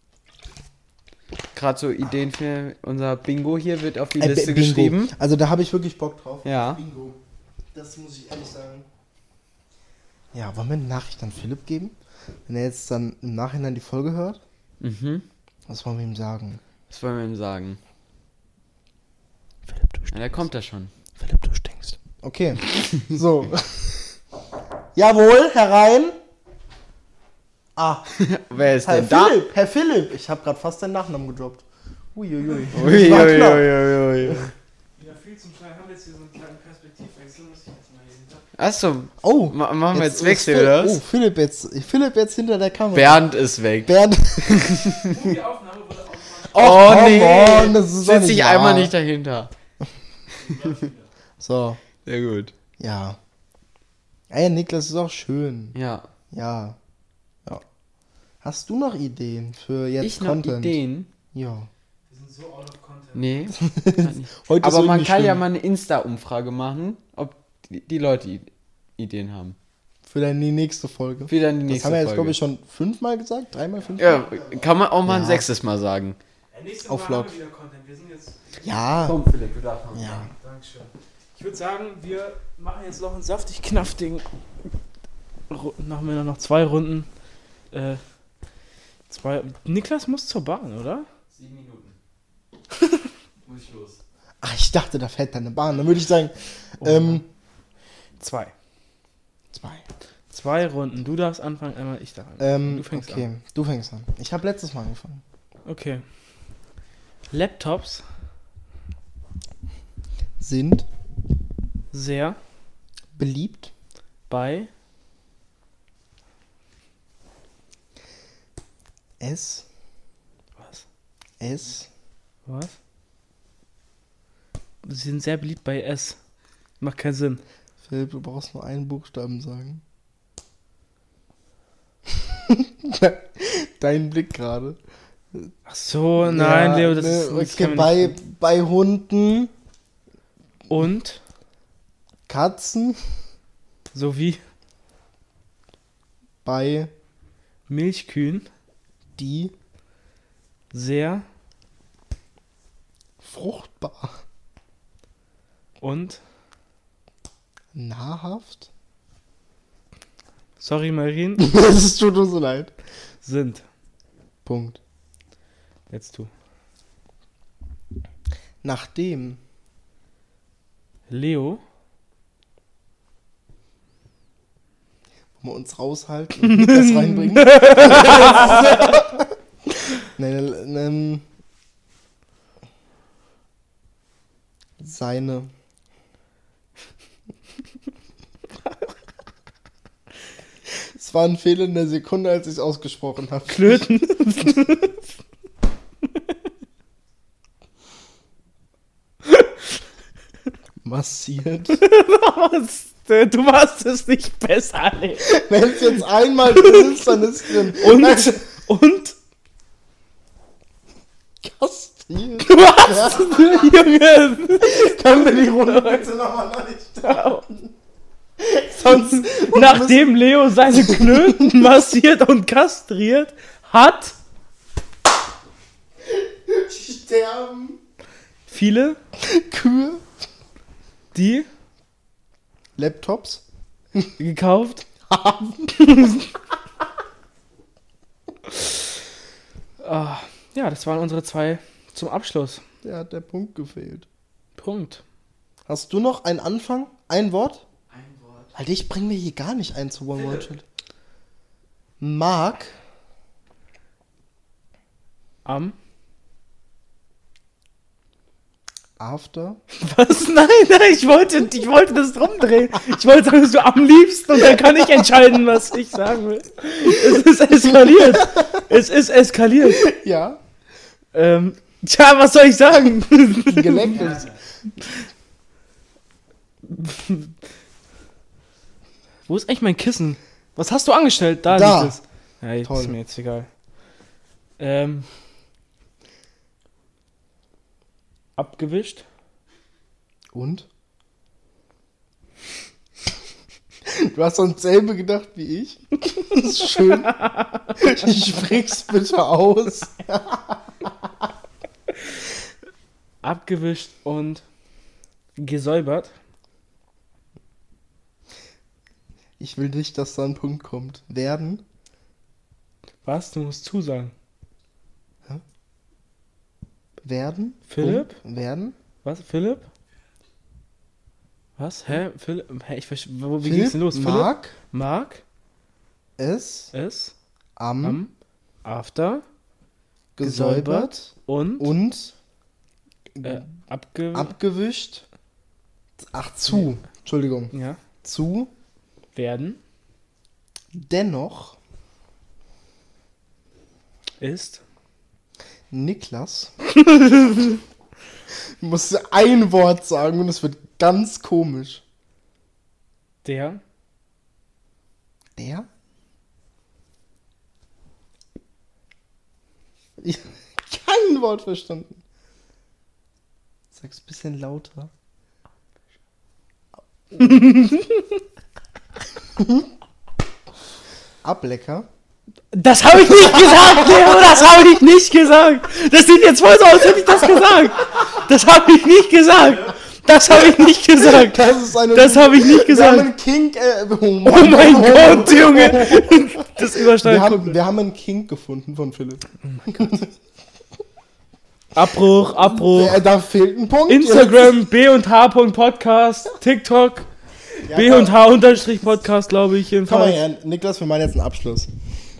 Gerade so Ideen für unser Bingo hier wird auf die Liste Bingo. geschrieben. Also da habe ich wirklich Bock drauf. Ja. Bingo. Das muss ich ehrlich sagen. Ja, wollen wir eine Nachricht an Philipp geben? Wenn er jetzt dann im Nachhinein die Folge hört? Mhm. Was wollen wir ihm sagen? Was wollen wir ihm sagen? Philipp, du Ja, da kommt er schon. Philipp, du stinkst. Okay. So. Jawohl, herein. Ah, Wer ist Herr denn da? Philipp, Herr Philipp. Ich habe gerade fast deinen Nachnamen gedroppt. Uiuiui. Ui, Das war ui, knapp. ui, ui, ui. Ja, viel zum Schein. Haben wir jetzt hier so einen kleinen Perspektivwechsel. Muss ich jetzt mal hier hinter. Achso, Oh. machen wir jetzt ist Wechsel, Phil- oder Oh, was? Philipp jetzt hinter der Kamera. Bernd ist weg. Bernd. Die Aufnahme wurde automatisch. Oh, come nee. on, das ist doch Sitz nicht ich wahr. einmal nicht dahinter. So, Sehr gut. ja. Ey, Niklas ist auch schön. Ja. Ja. Ja. Hast du noch Ideen für jetzt Ich noch Content? Ideen? Ja. Wir sind so out of content. Nee. Heute Aber ist man irgendwie kann ja schlimm. mal eine Insta-Umfrage machen, ob die Leute Ideen haben. Für die nächste Folge. Für dann die Das nächste haben wir jetzt, Folge. glaube ich, schon 5-mal gesagt. 3-mal, 5-mal? Ja, kann man auch mal ein Ja. 6. Mal sagen. Nächstes Auf Mal Vlog. haben wir wieder Content. Wir sind jetzt. Ja. Philipp, du darfst mal. Ja. Dankeschön. Ich würde sagen, wir machen jetzt noch einen saftig knaftigen. Machen wir noch 2 Runden. Niklas muss zur Bahn, oder? 7 Minuten. Muss ich los. Ach, ich dachte, da fährt eine Bahn. Dann würde ich sagen, 2. 2. 2 Runden. Du darfst anfangen, einmal ich darf anfangen. Du fängst okay, an. du fängst an. Ich habe letztes Mal angefangen. Okay. Laptops Sind sehr beliebt bei es Was? Sie sind sehr beliebt bei S. Macht keinen Sinn. Philipp, du brauchst nur einen Buchstaben sagen. Dein Blick gerade. Ach so, nein, Ja, Leo, das ne, ist das okay, kann man nicht- bei Hunden, Und Katzen, sowie bei Milchkühen die sehr fruchtbar, und nahrhaft. sorry, Marien, Es tut mir so leid. sind. Punkt. Jetzt du. Nachdem Leo wollen wir uns raushalten und das reinbringen. Nein, seine es war ein Fehler in der Sekunde, als ich es ausgesprochen habe. Klöten. Massiert. Was? Du machst es nicht besser, Leo. Wenn es jetzt einmal drin ist, dann ist drin. Und? Und? Kastriert. Was? Was? Junge! Können wir die Runde bitte nochmal neu Sonst, nachdem Leo seine Klöten massiert und kastriert hat, sterben viele Kühe, die Laptops gekauft haben. Ja, das waren unsere 2 zum Abschluss. Der hat der Punkt gefehlt. Punkt. Hast du noch einen Anfang? Ein Wort? Ein Wort. Alter, ich bring mir hier gar nicht ein zu One Word Shit. Mark Am. After Was? Nein, ich wollte das rumdrehen. Ich wollte sagen, dass du am liebsten und dann kann ich entscheiden, was ich sagen will. Es ist eskaliert. Es ist eskaliert. Ja. Tja, was soll ich sagen? Geleckt ist. Wo ist eigentlich mein Kissen? Was hast du angestellt? Da Da. liegt es. Ja, jetzt Toll. ist mir jetzt egal. Abgewischt. Und? Du hast an dasselbe gedacht wie ich. Das ist schön. Sprich's bitte aus. Abgewischt und gesäubert. Ich will nicht, dass da ein Punkt kommt. Werden. Was? Du musst zusagen. Werden. Philipp? Punkt. Werden. Was? Philipp? Was? Hä? Philipp? Hä? Ich verstehe. Wie Philipp geht's denn los? mag Mag es es am After gesäubert und abgewischt. Ach, zu. Entschuldigung. ja, Zu. werden Dennoch ist Niklas. Du musst ein Wort sagen und es wird ganz komisch. der Der? Ich hab kein Wort verstanden. Sag's ein bisschen lauter. Ablecker. Das habe ich nicht gesagt, Leo, das habe ich nicht gesagt. Das sieht jetzt voll so aus, als hätte ich das gesagt. Das habe ich nicht gesagt. Das habe ich nicht gesagt. Das habe ich nicht Wir haben gesagt. einen Kink. Oh mein Gott, Junge. Das übersteigt. Wir haben einen Kink gefunden von Philipp. Abbruch. Da fehlt ein Punkt. Instagram b&h.podcast, TikTok Ja, b&h_podcast, glaube ich Komm mal jedenfalls. her, Niklas, wir machen jetzt einen Abschluss.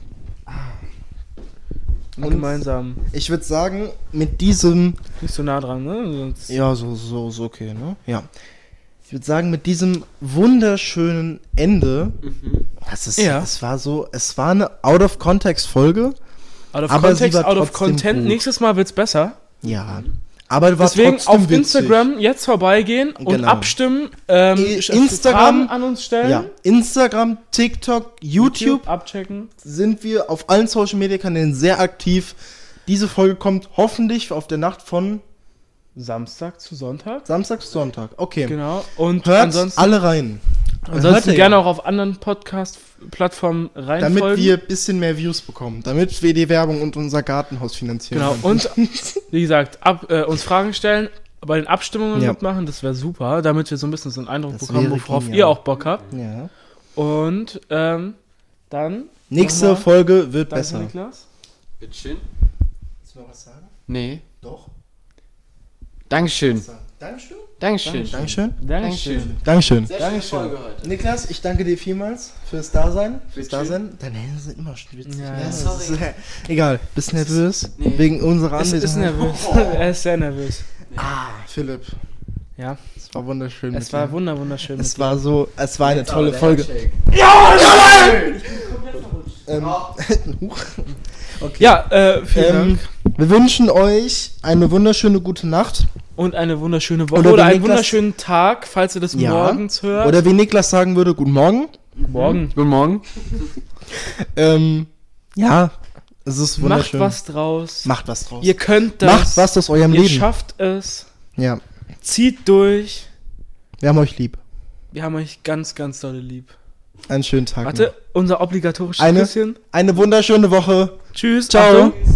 Und gemeinsam. Ich würde sagen, mit diesem. Nicht so nah dran, ne? Sonst Ja, so okay, ne? Ja. Ich würde sagen, mit diesem wunderschönen Ende. Ja. Es war eine Out-of-Context-Folge. out of aber sie Context, war out of trotzdem Content. gut. Nächstes Mal wird's besser. Ja. Aber war Deswegen trotzdem auf witzig. Instagram jetzt vorbeigehen und Genau. abstimmen. Instagram Fragen an uns stellen. Ja. Instagram, TikTok, YouTube abchecken. sind wir auf allen Social-Media-Kanälen sehr aktiv. Diese Folge kommt hoffentlich auf der Nacht von Samstag zu Sonntag. Samstag zu Sonntag. Okay. Genau. Und Hört ansonsten, alle rein. ansonsten Hört ihr gerne ja. auch auf anderen Podcast-Plattformen Damit reinfolgen. wir ein bisschen mehr Views bekommen. Damit wir die Werbung und unser Gartenhaus finanzieren Genau. können. Und wie gesagt, uns Fragen stellen, bei den Abstimmungen Ja. mitmachen, das wäre super, damit wir so ein bisschen so einen Eindruck Das bekommen, wäre worauf genial. ihr auch Bock habt. Ja. Und dann Nächste nochmal Folge wird danke, besser. Niklas. Bitteschön. Willst du noch was sagen? Nee. Doch. Dankeschön. Dankeschön. Dankeschön. Dankeschön. Dankeschön. Dankeschön. Sehr schöne Dankeschön. Folge heute. Niklas, ich danke dir vielmals fürs Dasein. Bitte Deine Hände sind immer schwitzig. Ja, ne? ja, Das sorry. ist, egal. Bist du nervös? Nee. Wegen unserer Ist Anwesenheit? nervös. Er ist sehr nervös. Philipp, Ja, es war wunderschön es war wunderschön. Es war eine Jetzt tolle aber der Folge. Handshake. Huch. Ja, vielen Dank. Wir wünschen euch eine wunderschöne gute Nacht. Und eine wunderschöne Woche. Oder Oder wie einen Niklas- wunderschönen Tag, falls ihr das Ja. morgens hört. Oder wie Niklas sagen würde, guten Morgen. morgen. Guten Morgen. Ja, Es ist Macht wunderschön. was draus. Macht was draus. Ihr könnt das. Macht was aus eurem Ihr Leben. schafft es. Ja, Zieht durch. wir haben euch lieb. Wir haben euch ganz, ganz dolle lieb. Einen schönen Tag. Warte, noch. unser obligatorisches Eine- Küsschen. Eine wunderschöne Woche. Tschüss. Ciao. Achtung.